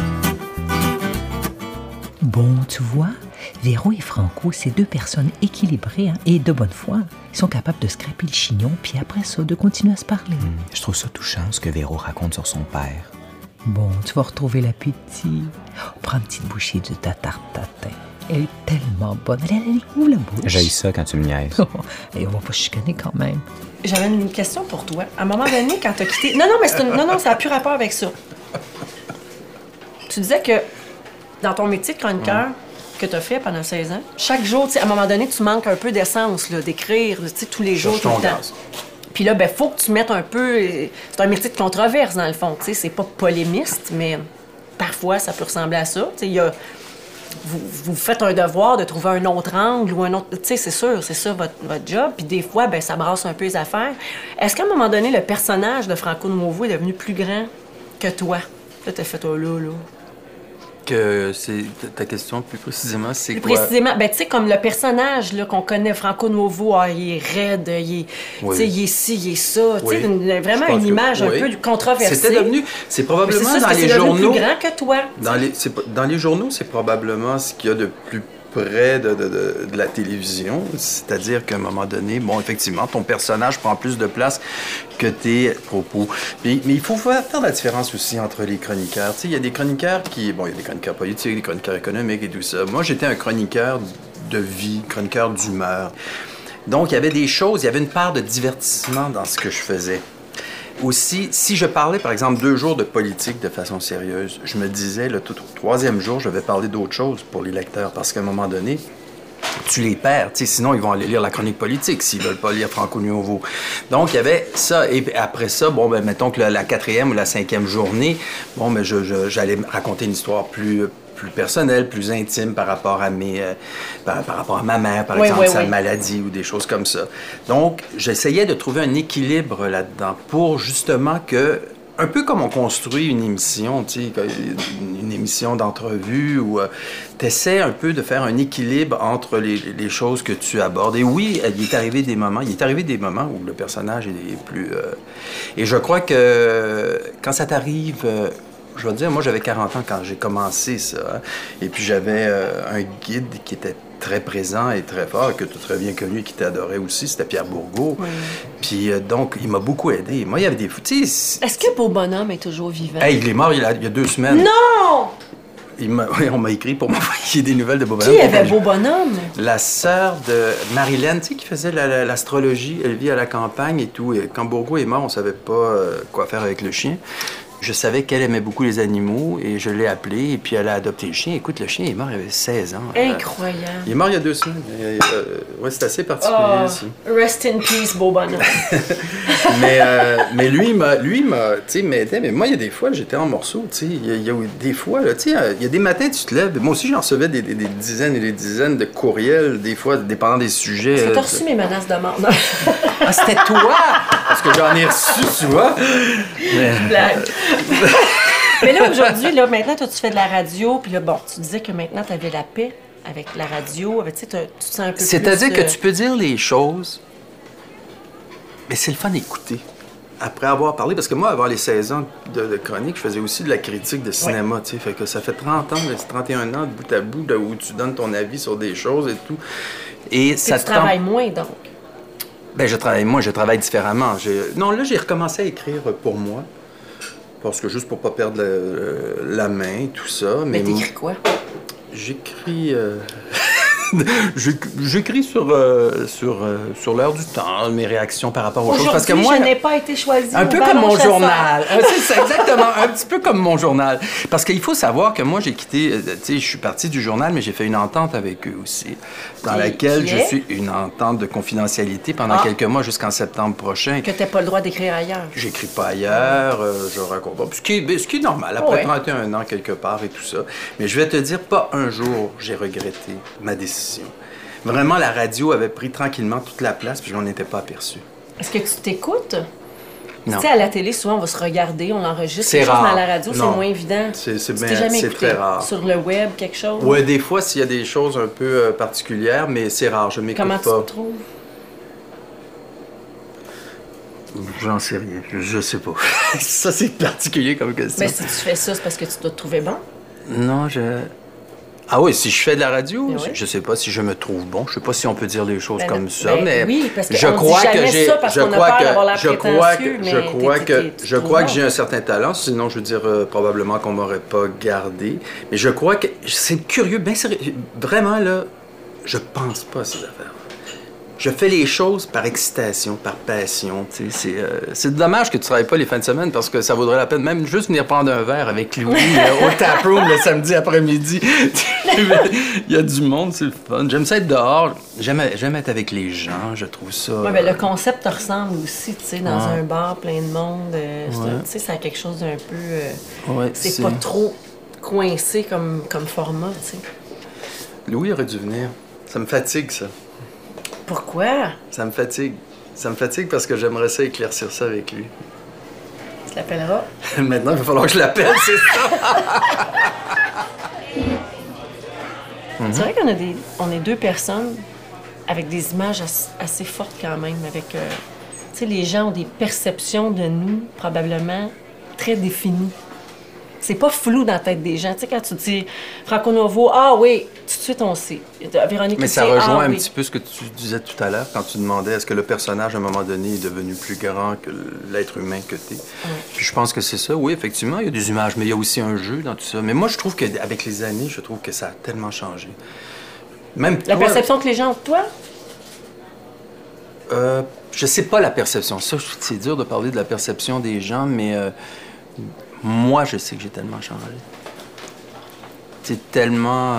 Bon, tu vois, Véro et Franco, c'est 2 personnes équilibrées et de bonne foi. Ils sont capables de scraper le chignon, puis après ça, de continuer à se parler. Je trouve ça touchant, ce que Véro raconte sur son père. Bon, tu vas retrouver l'appétit. Prends une petite bouchée de ta tarte tatin. Elle est tellement bonne. Elle ouvre la bouche. J'haïs ça quand tu me niaises. Et on va pas chicaner quand même. J'avais une question pour toi. À un moment donné, quand t'as quitté... Non, mais ça n'a plus rapport avec ça. Tu disais que dans ton métier de chroniqueur que t'as fait pendant 16 ans, chaque jour, à un moment donné, tu manques un peu d'essence, là, d'écrire, tous les jours, tout le temps. Puis là, faut que tu mettes un peu... C'est un métier de controverse, dans le fond. C'est pas polémiste, mais parfois, ça peut ressembler à ça. Il y a... Vous faites un devoir de trouver un autre angle ou un autre... Tu sais, c'est sûr, c'est ça votre job. Puis des fois, ça brasse un peu les affaires. Est-ce qu'à un moment donné, le personnage de Franco Nuovo est devenu plus grand que toi? Là, t'as fait, là. Que c'est... Ta question, plus précisément, c'est quoi? Plus précisément, tu sais, comme le personnage là, qu'on connaît, Franco Nuovo, il est raide, il est ci, il est ça. Tu sais, vraiment une image un peu controversée. C'était devenu... C'est probablement dans les journaux... C'est plus grand que toi. Dans les journaux, c'est probablement ce qu'il y a de plus près de la télévision. C'est-à-dire qu'à un moment donné, effectivement, ton personnage prend plus de place que tes propos. Mais il faut faire la différence aussi entre les chroniqueurs. Tu sais, il y a des chroniqueurs il y a des chroniqueurs politiques, des chroniqueurs économiques et tout ça. Moi, j'étais un chroniqueur de vie, chroniqueur d'humeur. Donc, il y avait des choses, il y avait une part de divertissement dans ce que je faisais. Aussi, si je parlais, par exemple, 2 jours de politique de façon sérieuse, je me disais, le 3e jour, je vais parler d'autre chose pour les lecteurs, parce qu'à un moment donné, tu les perds, sinon ils vont aller lire la chronique politique s'ils veulent pas lire Franco Nuovo. Donc, il y avait ça, et après ça, mettons que la 4e ou la 5e journée, j'allais raconter une histoire plus personnelle, plus intime par rapport à par rapport à ma mère, par exemple, sa maladie ou des choses comme ça. Donc, j'essayais de trouver un équilibre là-dedans pour justement que, un peu comme on construit une émission, une émission d'entrevue où tu essaies un peu de faire un équilibre entre les choses que tu abordes. Et oui, il est arrivé des moments où le personnage est plus... Et je crois que quand ça t'arrive... je vais te dire, moi, j'avais 40 ans quand j'ai commencé ça. Hein, et puis, j'avais un guide qui était très présent et très fort, que tu as très bien connu et qui t'adorait aussi, c'était Pierre Bourgault. Oui. Puis, donc, il m'a beaucoup aidé. Moi, il y avait des fous. Est-ce que Beau Bonhomme est toujours vivant? Hey, il est mort il y a 2 semaines. Non! on m'a écrit pour m'envoyer des nouvelles de Beau Bonhomme. Qui avait Beau Bonhomme? La sœur de Marilyn, tu sais, qui faisait l'astrologie. Elle vit à la campagne et tout. Et quand Bourgault est mort, on savait pas quoi faire avec le chien. Je savais qu'elle aimait beaucoup les animaux et je l'ai appelée et puis elle a adopté le chien. Écoute, le chien est mort, il avait 16 ans. Incroyable. Il est mort il y a 2 semaines. Ouais, c'est assez particulier aussi. Rest in peace, Beau Bonhomme. mais lui, m'aidait. Mais moi, il y a des fois, j'étais en morceaux, tu sais. Il y a des fois, tu sais, il y a des matins, tu te lèves. Moi aussi, j'en recevais des dizaines et des dizaines de courriels, des fois, dépendant des sujets. Est-ce que t'as reçu mes menaces de mort? Ah, c'était toi! Parce que j'en ai reçu, tu vois. Blague. Mais là, aujourd'hui, là, maintenant, toi, tu fais de la radio, puis là, bon, tu disais que maintenant, tu avais la paix avec la radio, tu sais, tu te sens un peu plus... C'est-à-dire que tu peux dire les choses, mais c'est le fun d'écouter. Après avoir parlé, parce que moi, avant les 16 ans de chronique, je faisais aussi de la critique de cinéma, tu sais, fait que ça fait 30 ans, 31 ans de bout à bout, où tu donnes ton avis sur des choses et tout. Et ça tu travailles moins, donc? Ben, je travaille différemment. Non, là, j'ai recommencé à écrire pour moi. Parce que juste pour pas perdre la main, tout ça. Mais t'écris quoi? J'écris... J'écris sur l'heure du temps, mes réactions par rapport aux choses. Parce que moi, je n'ai pas été choisie. Un peu comme mon journal. C'est exactement, un petit peu comme mon journal. Parce qu'il faut savoir que moi, j'ai quitté, tu sais, je suis parti du journal, mais j'ai fait une entente avec eux aussi, dans laquelle je suis une entente de confidentialité pendant quelques mois jusqu'en septembre prochain. Que tu n'as pas le droit d'écrire ailleurs. J'écris pas ailleurs, je raconte pas. Ce qui est normal, après 31 ans quelque part et tout ça. Mais je vais te dire, pas un jour, j'ai regretté ma décision. Vraiment, la radio avait pris tranquillement toute la place, puis je n'en étais pas aperçu. Est-ce que tu t'écoutes? Non. Tu sais, à la télé, souvent, on va se regarder, on enregistre. C'est rare. Dans la radio, c'est moins évident. C'est très rare. Sur le web, quelque chose? Oui, des fois, s'il y a des choses un peu particulières, mais c'est rare, je m'écoute pas. Comment tu te trouves? J'en sais rien, je sais pas. Ça, c'est particulier comme question. Mais si tu fais ça, c'est parce que tu dois te trouver bon? Non, Ah oui, si je fais de la radio, oui. Je sais pas si je me trouve bon. Je sais pas si on peut dire les choses comme ça, ben, mais oui, parce que je on crois dit jamais que j'ai, ça parce je qu'on a crois peur que, d'avoir l'air je crois prétentieux, que, mais je crois que j'ai un certain talent. Sinon, je veux dire probablement qu'on m'aurait pas gardé. Mais je crois que c'est curieux, bien sérieux. Vraiment là, je pense pas à ces affaires. Je fais les choses par excitation, par passion. C'est dommage que tu travailles pas les fins de semaine parce que ça vaudrait la peine même juste venir prendre un verre avec Louis au taproom le samedi après-midi. Il y a du monde, c'est le fun. J'aime ça être dehors. J'aime être avec les gens. Je trouve ça... Oui, mais le concept te ressemble aussi, tu sais, dans un bar plein de monde. Tu sais, ça a quelque chose d'un peu... c'est pas trop coincé comme format, tu sais. Louis aurait dû venir. Ça me fatigue, ça. Pourquoi? Ça me fatigue. Ça me fatigue parce que j'aimerais ça éclaircir ça avec lui. Tu l'appelleras? Maintenant, il va falloir que je l'appelle, c'est ça! C'est vrai qu'on est deux personnes avec des images assez fortes quand même. Avec, tu sais, les gens ont des perceptions de nous, probablement, très définies. C'est pas flou dans la tête des gens. Tu sais, quand tu dis Franco Nuovo, ah oui, tout de suite on sait. Véronique Mais ça Cloutier, rejoint un oui. petit peu ce que tu disais tout à l'heure quand tu demandais est-ce que le personnage, à un moment donné, est devenu plus grand que l'être humain que t'es. Puis je pense que c'est ça. Oui, effectivement, il y a des images, mais il y a aussi un jeu dans tout ça. Mais moi, je trouve qu'avec les années, je trouve que ça a tellement changé. Même La toi, perception que les gens ont de toi? je sais pas la perception. Ça, c'est dur de parler de la perception des gens, mais moi, je sais que j'ai tellement changé. C'est tellement...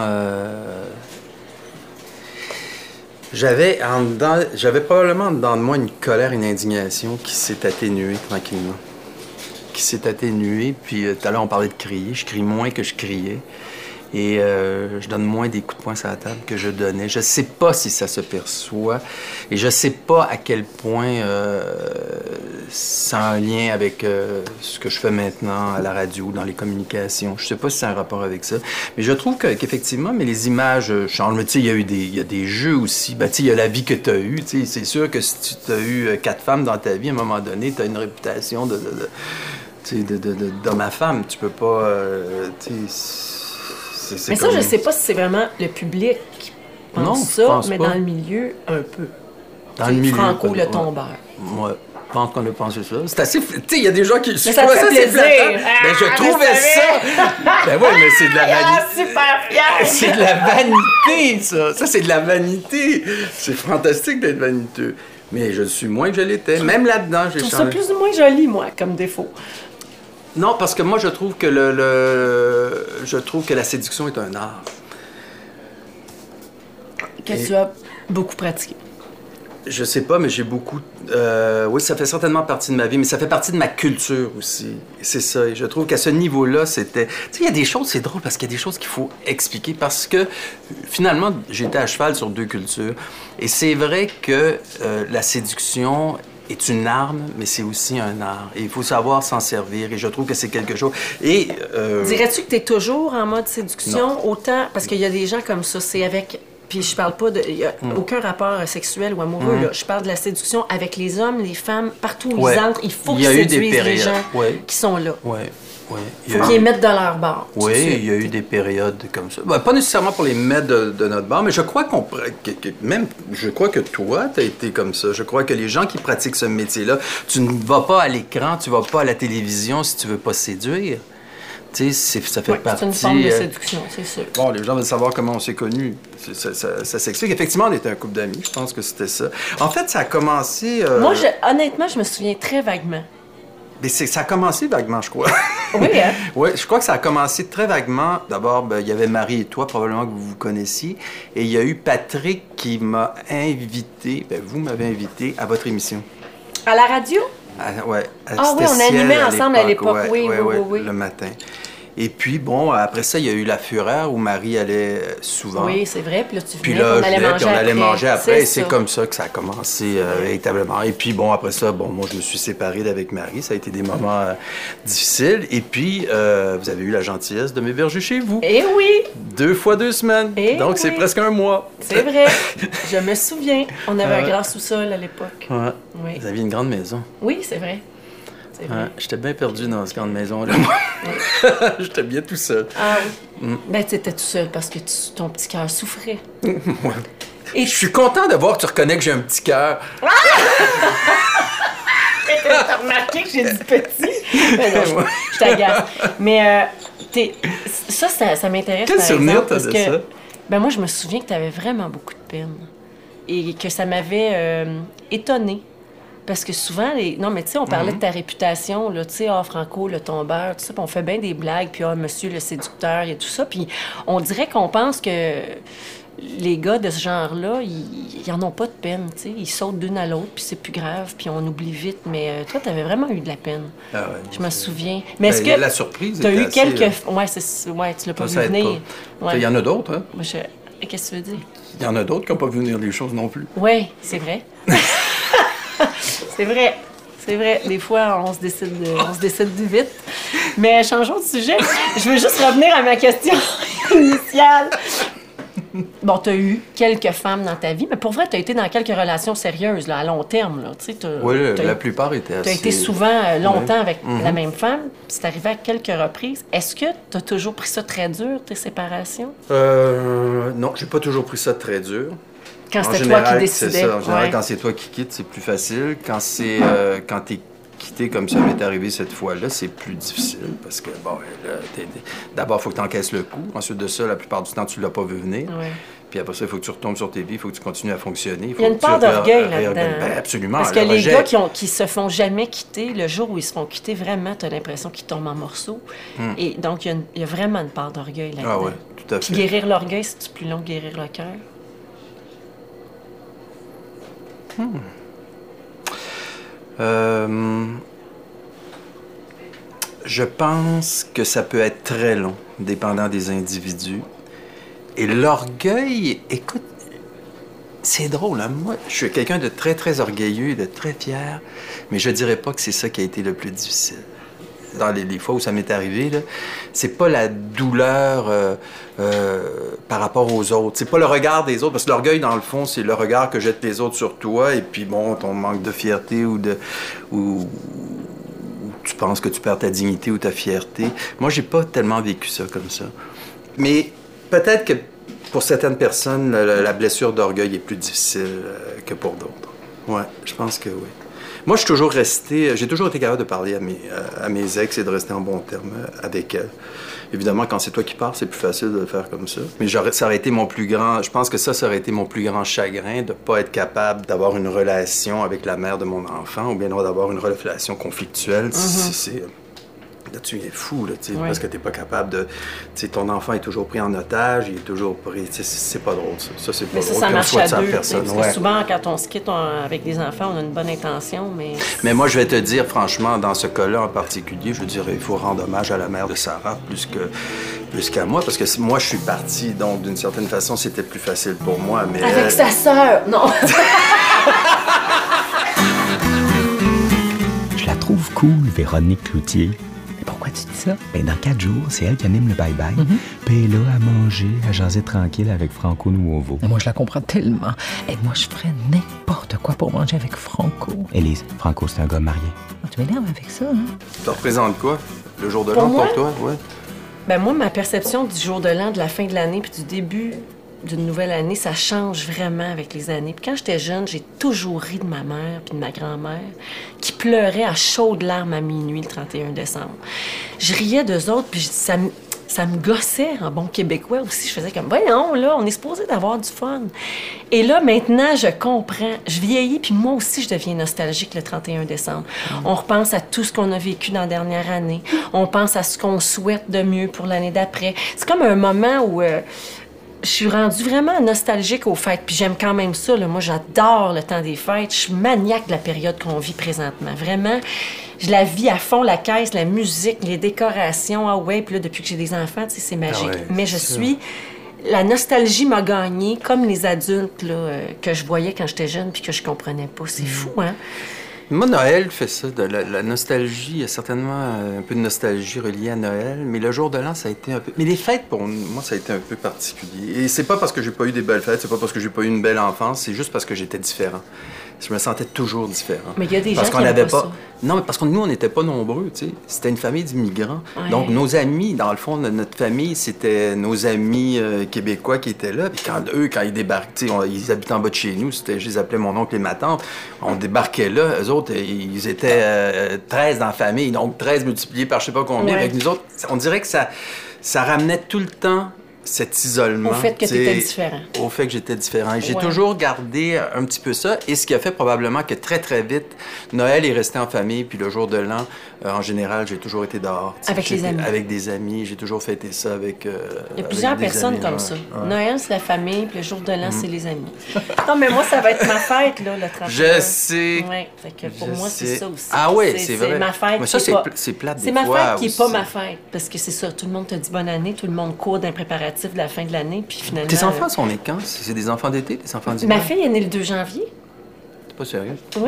J'avais probablement dedans de moi une colère, une indignation qui s'est atténuée tranquillement. Qui s'est atténuée, puis tout à l'heure, on parlait de crier. Je crie moins que je criais. Et je donne moins des coups de poing sur la table que je donnais. Je sais pas si ça se perçoit. Et je sais pas à quel point c'est en lien avec ce que je fais maintenant à la radio, dans les communications. Je sais pas si c'est un rapport avec ça. Mais je trouve qu'effectivement, mais les images changent. Mais tu sais, il y a des jeux aussi. Ben, tu sais, il y a la vie que tu as eue. Tu sais, c'est sûr que si tu as eu 4 femmes dans ta vie, à un moment donné, tu as une réputation d'homme à femme. Tu peux pas... Mais ça, je sais pas si c'est vraiment le public qui pense ça, mais dans le milieu, un peu. Dans le milieu, Franco, le tombeur. Ouais. pense qu'on a pensé ça. C'est assez... Tu sais, il y a des gens qui... Mais ça te fait plaisir. Mais je trouvais ça... Ben oui, mais c'est de la vanité. Super fière! C'est de la vanité, ça. Ça, c'est de la vanité. C'est fantastique d'être vaniteux. Mais je suis moins que je l'étais. Même là-dedans, j'ai Je trouve changé. ça plus ou moins joli, moi, comme défaut. Non, parce que moi, je trouve que je trouve que la séduction est un art. Que tu as beaucoup pratiqué. Je sais pas, mais j'ai beaucoup... oui, ça fait certainement partie de ma vie, mais ça fait partie de ma culture aussi. C'est ça. Et je trouve qu'à ce niveau-là, c'était... Tu sais, il y a des choses, c'est drôle, parce qu'il y a des choses qu'il faut expliquer, parce que, finalement, j'étais à cheval sur 2 cultures. Et c'est vrai que la séduction est une arme, mais c'est aussi un art. Et il faut savoir s'en servir. Et je trouve que c'est quelque chose... Et... Dirais-tu que tu es toujours en mode séduction? Non. Autant... Parce qu'il y a des gens comme ça, c'est avec... Puis je parle pas de... Il n'y a aucun rapport sexuel ou amoureux, là. Je parle de la séduction avec les hommes, les femmes, partout où Ouais. ils entrent. Il faut Il qu'ils y a eu des séduisent les périodes. gens Ouais. qui sont là. Oui, oui. Il faut qu'ils les mettent dans leur bar. tout de Oui, suite. il y a eu des périodes comme ça. Ben, pas nécessairement pour les mettre de notre bar, mais je crois je crois que toi, tu as été comme ça. Je crois que les gens qui pratiquent ce métier-là, tu ne vas pas à l'écran, tu vas pas à la télévision si tu veux pas séduire. Tu sais, ça fait Ouais, partie... c'est une forme de séduction, c'est sûr. Bon, les gens veulent savoir comment on s'est connus. Ça s'explique. Effectivement, on était un couple d'amis. Je pense que c'était ça. En fait, ça a commencé... Moi, honnêtement, je me souviens très vaguement. Mais ça a commencé vaguement, je crois. Oui, hein? Oui, je crois que ça a commencé très vaguement. D'abord, il y avait Marie et toi, probablement que vous vous connaissiez. Et il y a eu Patrick qui m'a invité, vous m'avez invité à votre émission. À la radio? Ouais. Ah oui, on C'était animait Ciel ensemble à l'époque. Oui. Le matin. Et puis, bon, après ça, il y a eu La Fureur où Marie allait souvent. Oui, c'est vrai. Puis là, tu Puis venais, là, on allait manger puis on allait manger après. Et c'est ça. comme ça que ça a commencé véritablement. Et puis, bon, après ça, moi, je me suis séparé d'avec Marie. Ça a été des moments difficiles. Et puis, vous avez eu la gentillesse de m'héberger chez vous. Eh oui! 2 fois 2 semaines. Eh Donc, c'est oui. presque un mois. C'est vrai. Je me souviens. On avait un grand sous-sol à l'époque. Ouais. Oui. Vous aviez une grande maison. Oui, c'est vrai. C'est vrai. Ouais. J'étais bien perdu dans cette grande maison-là. J'étais bien tout seul. Ah oui. Ben, tu étais tout seul parce que ton petit cœur souffrait. Et je suis content de voir que tu reconnais que j'ai un petit cœur. T'as remarqué que j'ai dit petit? Ben non, je t'agace. Mais ça m'intéresse. Quel par souvenir exemple, t'as parce de que, ça? Ben moi, je me souviens que t'avais vraiment beaucoup de peine. Et que ça m'avait étonnée. Parce que souvent, non, mais tu sais, on parlait de ta réputation, là, tu sais, Franco, le tombeur, tout ça, puis on fait bien des blagues, puis monsieur le séducteur, et tout ça, puis on dirait qu'on pense que les gars de ce genre-là, ils en ont pas de peine, tu sais, ils sautent d'une à l'autre, puis c'est plus grave, puis on oublie vite, mais toi, t'avais vraiment eu de la peine. Ah ouais, je me souviens. Mais est-ce que la surprise t'as eu était assez, quelques... Ouais, tu l'as pas vu ça aide venir. pas. Ouais. Il y en a d'autres, hein? Moi, qu'est-ce que tu veux dire? Il y en a d'autres qui n'ont pas vu venir les choses non plus. Oui, c'est vrai. C'est vrai. C'est vrai. Des fois, on se décide du vite. Mais changeons de sujet. Je veux juste revenir à ma question initiale. Bon, tu as eu quelques femmes dans ta vie, mais pour vrai, tu as été dans quelques relations sérieuses, là, à long terme. Là. Oui, la plupart étaient assez... Tu as été souvent longtemps avec la même femme, puis c'est arrivé à quelques reprises. Est-ce que tu as toujours pris ça très dur, tes séparations? Non, j'ai pas toujours pris ça très dur. Quand c'était général, toi qui décidais. C'est ça. En général, ouais. quand c'est toi qui quittes, c'est plus facile. Quand c'est quand t'es quitté comme ça m'est arrivé cette fois-là, c'est plus difficile parce que, bon, d'abord, il faut que tu encaisses le coup. Ensuite de ça, la plupart du temps, tu l'as pas vu venir. Ouais. Puis après ça, il faut que tu retombes sur tes pieds, il faut que tu continues à fonctionner. Il y a une part d'orgueil là-dedans. Ben, absolument. Parce que les gars qui se font jamais quitter, le jour où ils se font quitter, vraiment, tu as l'impression qu'ils tombent en morceaux. Et donc, il y a vraiment une part d'orgueil là-dedans. Ah oui, tout à fait. Puis guérir l'orgueil, c'est plus long que guérir le cœur? Je pense que ça peut être très long, dépendant des individus. Et l'orgueil, écoute, c'est drôle, hein? Moi, je suis quelqu'un de très, très orgueilleux et de très fier, mais je dirais pas que c'est ça qui a été le plus difficile. Dans les fois où ça m'est arrivé, là, c'est pas la douleur par rapport aux autres. C'est pas le regard des autres, parce que l'orgueil, dans le fond, c'est le regard que jettent les autres sur toi, et puis bon, ton manque de fierté ou tu penses que tu perds ta dignité ou ta fierté. Moi, j'ai pas tellement vécu ça comme ça. Mais peut-être que pour certaines personnes, la blessure d'orgueil est plus difficile que pour d'autres. Ouais, je pense que oui. Moi, j'ai toujours été capable de parler à mes ex et de rester en bons termes avec elles. Évidemment, quand c'est toi qui pars, c'est plus facile de le faire comme ça. Mais ça aurait été je pense que ça aurait été mon plus grand chagrin de ne pas être capable d'avoir une relation avec la mère de mon enfant ou bien d'avoir une relation conflictuelle. Là, tu es fou, là, parce que tu n'es pas capable de... Ton enfant est toujours pris en otage, il est toujours pris... C'est pas drôle, ça. Ça, c'est pas drôle. Ça marche à deux. Personne. Parce que souvent, quand on se quitte avec des enfants, on a une bonne intention, mais... Mais moi, je vais te dire, franchement, dans ce cas-là en particulier, je dirais, il faut rendre hommage à la mère de Sarah plus qu'à moi, parce que moi, je suis parti, donc, d'une certaine façon, c'était plus facile pour moi, mais... Avec sa sœur, non! Je la trouve cool, Véronique Cloutier. Mais pourquoi tu dis ça? Ben, dans 4 jours, c'est elle qui anime le bye-bye. Puis elle est là à manger, à jaser tranquille avec Franco Nuovo. Moi, je la comprends tellement. Et moi, je ferais n'importe quoi pour manger avec Franco. Élise, Franco, c'est un gars marié. Tu m'énerves avec ça, hein? Ça représente quoi? Le jour de l'an pour toi? Ouais. Ben moi, ma perception du jour de l'an, de la fin de l'année, puis du début d'une nouvelle année, ça change vraiment avec les années. Puis quand j'étais jeune, j'ai toujours ri de ma mère puis de ma grand-mère qui pleuraient à chaudes larmes à minuit le 31 décembre. Je riais d'eux autres, puis ça me gossait en bon québécois aussi. Je faisais comme, voyons, là, on est supposé d'avoir du fun. Et là, maintenant, je comprends. Je vieillis, puis moi aussi, je deviens nostalgique le 31 décembre. On repense à tout ce qu'on a vécu dans la dernière année. On pense à ce qu'on souhaite de mieux pour l'année d'après. C'est comme un moment où... je suis rendue vraiment nostalgique aux fêtes, puis j'aime quand même ça. Là. Moi, j'adore le temps des fêtes. Je suis maniaque de la période qu'on vit présentement. Vraiment, je la vis à fond, la caisse, la musique, les décorations. Ah ouais, puis là, depuis que j'ai des enfants, tu sais, c'est magique. Ah ouais, mais je suis... La nostalgie m'a gagnée, comme les adultes là, que je voyais quand j'étais jeune puis que je comprenais pas. C'est fou, hein? Moi, Noël fait ça. La nostalgie, il y a certainement un peu de nostalgie reliée à Noël, mais le jour de l'an, ça a été un peu... Mais les fêtes, pour moi, ça a été un peu particulier. Et c'est pas parce que j'ai pas eu des belles fêtes, c'est pas parce que j'ai pas eu une belle enfance, c'est juste parce que j'étais différent. Je me sentais toujours différent. Mais il y a des gens qui n'avaient n'aiment pas ça. Non, mais parce que nous, on n'était pas nombreux, tu sais. C'était une famille d'immigrants. Ouais. Donc, nos amis, dans le fond, notre famille, c'était nos amis québécois qui étaient là. Puis quand ils débarquaient, tu sais, ils habitaient en bas de chez nous. Je les appelais mon oncle et ma tante. On débarquait là. Eux autres, ils étaient 13 dans la famille. Donc, 13 multiplié par je sais pas combien. Ouais. Avec nous autres, on dirait que ça ramenait tout le temps cet isolement. Au fait que tu étais différent. Au fait que j'étais différent. Et j'ai Ouais. toujours gardé un petit peu ça. Et ce qui a fait probablement que très, très vite, Noël est resté en famille. Puis le jour de l'an, en général, j'ai toujours été dehors. Avec les amis. Avec des amis. J'ai toujours fêté ça avec Il y a plusieurs personnes comme ça. Noël, c'est la famille, puis le jour de l'an, c'est les amis. Non, mais moi, ça va être ma fête, là, le 31. Je sais. Oui, fait que pour moi, c'est ça aussi. Ah oui, c'est vrai. C'est ma fête. Mais ça, qui est pas... c'est plate des C'est ma fois fête qui n'est pas aussi. ma fête. Parce que c'est ça, tout le monde te dit bonne année, tout le monde court d'un préparatif de la fin de l'année, puis finalement... Tes enfants sont nés quand? C'est des enfants d'été, des enfants d'hiver? Ma fille est née le 2 janvier. T'es pas sérieux? Oui.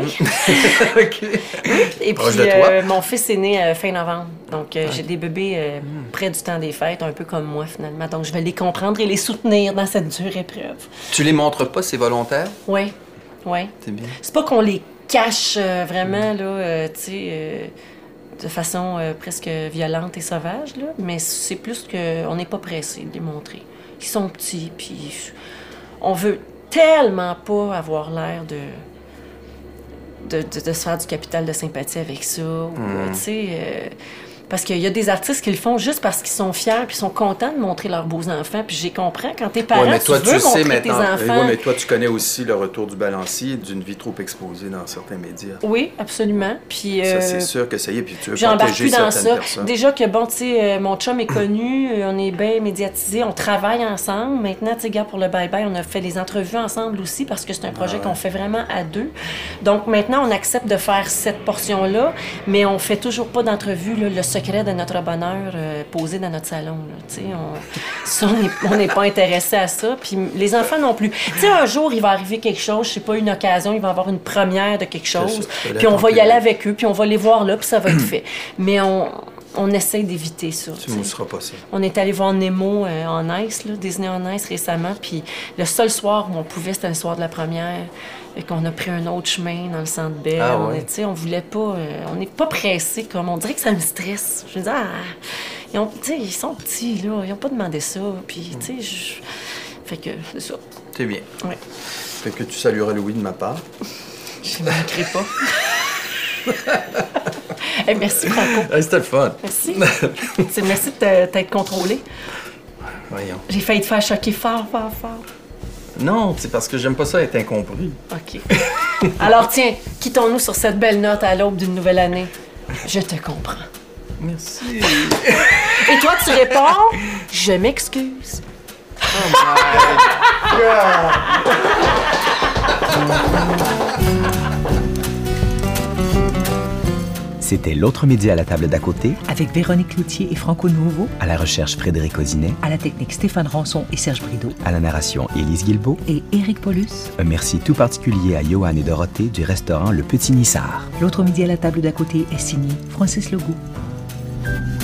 OK. Et puis, Proche de toi. mon fils est né fin novembre. Donc, j'ai des bébés près du temps des fêtes, un peu comme moi, finalement. Donc, je vais les comprendre et les soutenir dans cette dure épreuve. Tu les montres pas, c'est volontaire? Oui, oui. C'est bien. C'est pas qu'on les cache vraiment, là, tu sais, de façon presque violente et sauvage, là, mais c'est plus qu'on n'est pas pressé de les montrer. Ils sont petits, puis on veut tellement pas avoir l'air de se faire du capital de sympathie avec ça. Tu sais, parce qu'il y a des artistes qui le font juste parce qu'ils sont fiers puis sont contents de montrer leurs beaux enfants. Puis j'ai compris, quand t'es parent, Ouais, mais toi, tu veux montrer tes maintenant. enfants. Oui, mais toi, tu connais aussi le retour du balancier d'une vie trop exposée dans certains médias. Oui, absolument. Puis, Ça, c'est sûr que ça y est, puis tu veux j'embarque protéger plus dans certaines ça. personnes. Déjà que, bon, tu sais, mon chum est connu, on est bien médiatisé, on travaille ensemble. Maintenant, tu sais, gars, pour le bye-bye, on a fait des entrevues ensemble aussi parce que c'est un projet qu'on fait vraiment à deux. Donc, maintenant, on accepte de faire cette portion-là, mais on fait toujours pas d'entrevue, là, le secret de notre bonheur posé dans notre salon. Là, tu sais, on n'est pas intéressé à ça. Puis les enfants non plus. Tu sais, un jour, il va arriver quelque chose, je sais pas, une occasion, il va y avoir une première de quelque chose, puis on va y aller avec eux, puis on va les voir là, puis ça va être fait. Mais on essaie d'éviter ça. Tu ne mousseras pas ça. On est allé voir Nemo en Ice, là, Disney en Ice récemment, puis le seul soir où on pouvait, c'était le soir de la première, et qu'on a pris un autre chemin dans le Centre Bell. Ah ouais. On voulait pas... on n'est pas pressé, comme on dirait que ça me stresse. Je me dis, ils sont petits, là, ils n'ont pas demandé ça, puis, tu sais, fait que c'est ça. C'est bien. Ouais. Fait que tu salueras Louis de ma part. Je ne manquerai pas. Hey, merci, Franco. Hey, c'était le fun. Merci. Merci de t'être contrôlé. Voyons. J'ai failli te faire choquer fort, fort, fort. Non, c'est parce que j'aime pas ça être incompris. OK. Alors, tiens, quittons-nous sur cette belle note à l'aube d'une nouvelle année. Je te comprends. Merci. Et toi, tu réponds, je m'excuse. C'était L'autre midi à la table d'à côté. Avec Véronique Cloutier et Franco Nouveau. À la recherche, Frédéric Osinet. À la technique, Stéphane Rançon et Serge Brideau. À la narration, Élise Guilbeault. Et Éric Paulus. Un merci tout particulier à Johan et Dorothée du restaurant Le Petit Nissard. L'autre midi à la table d'à côté est signé Francis Legault.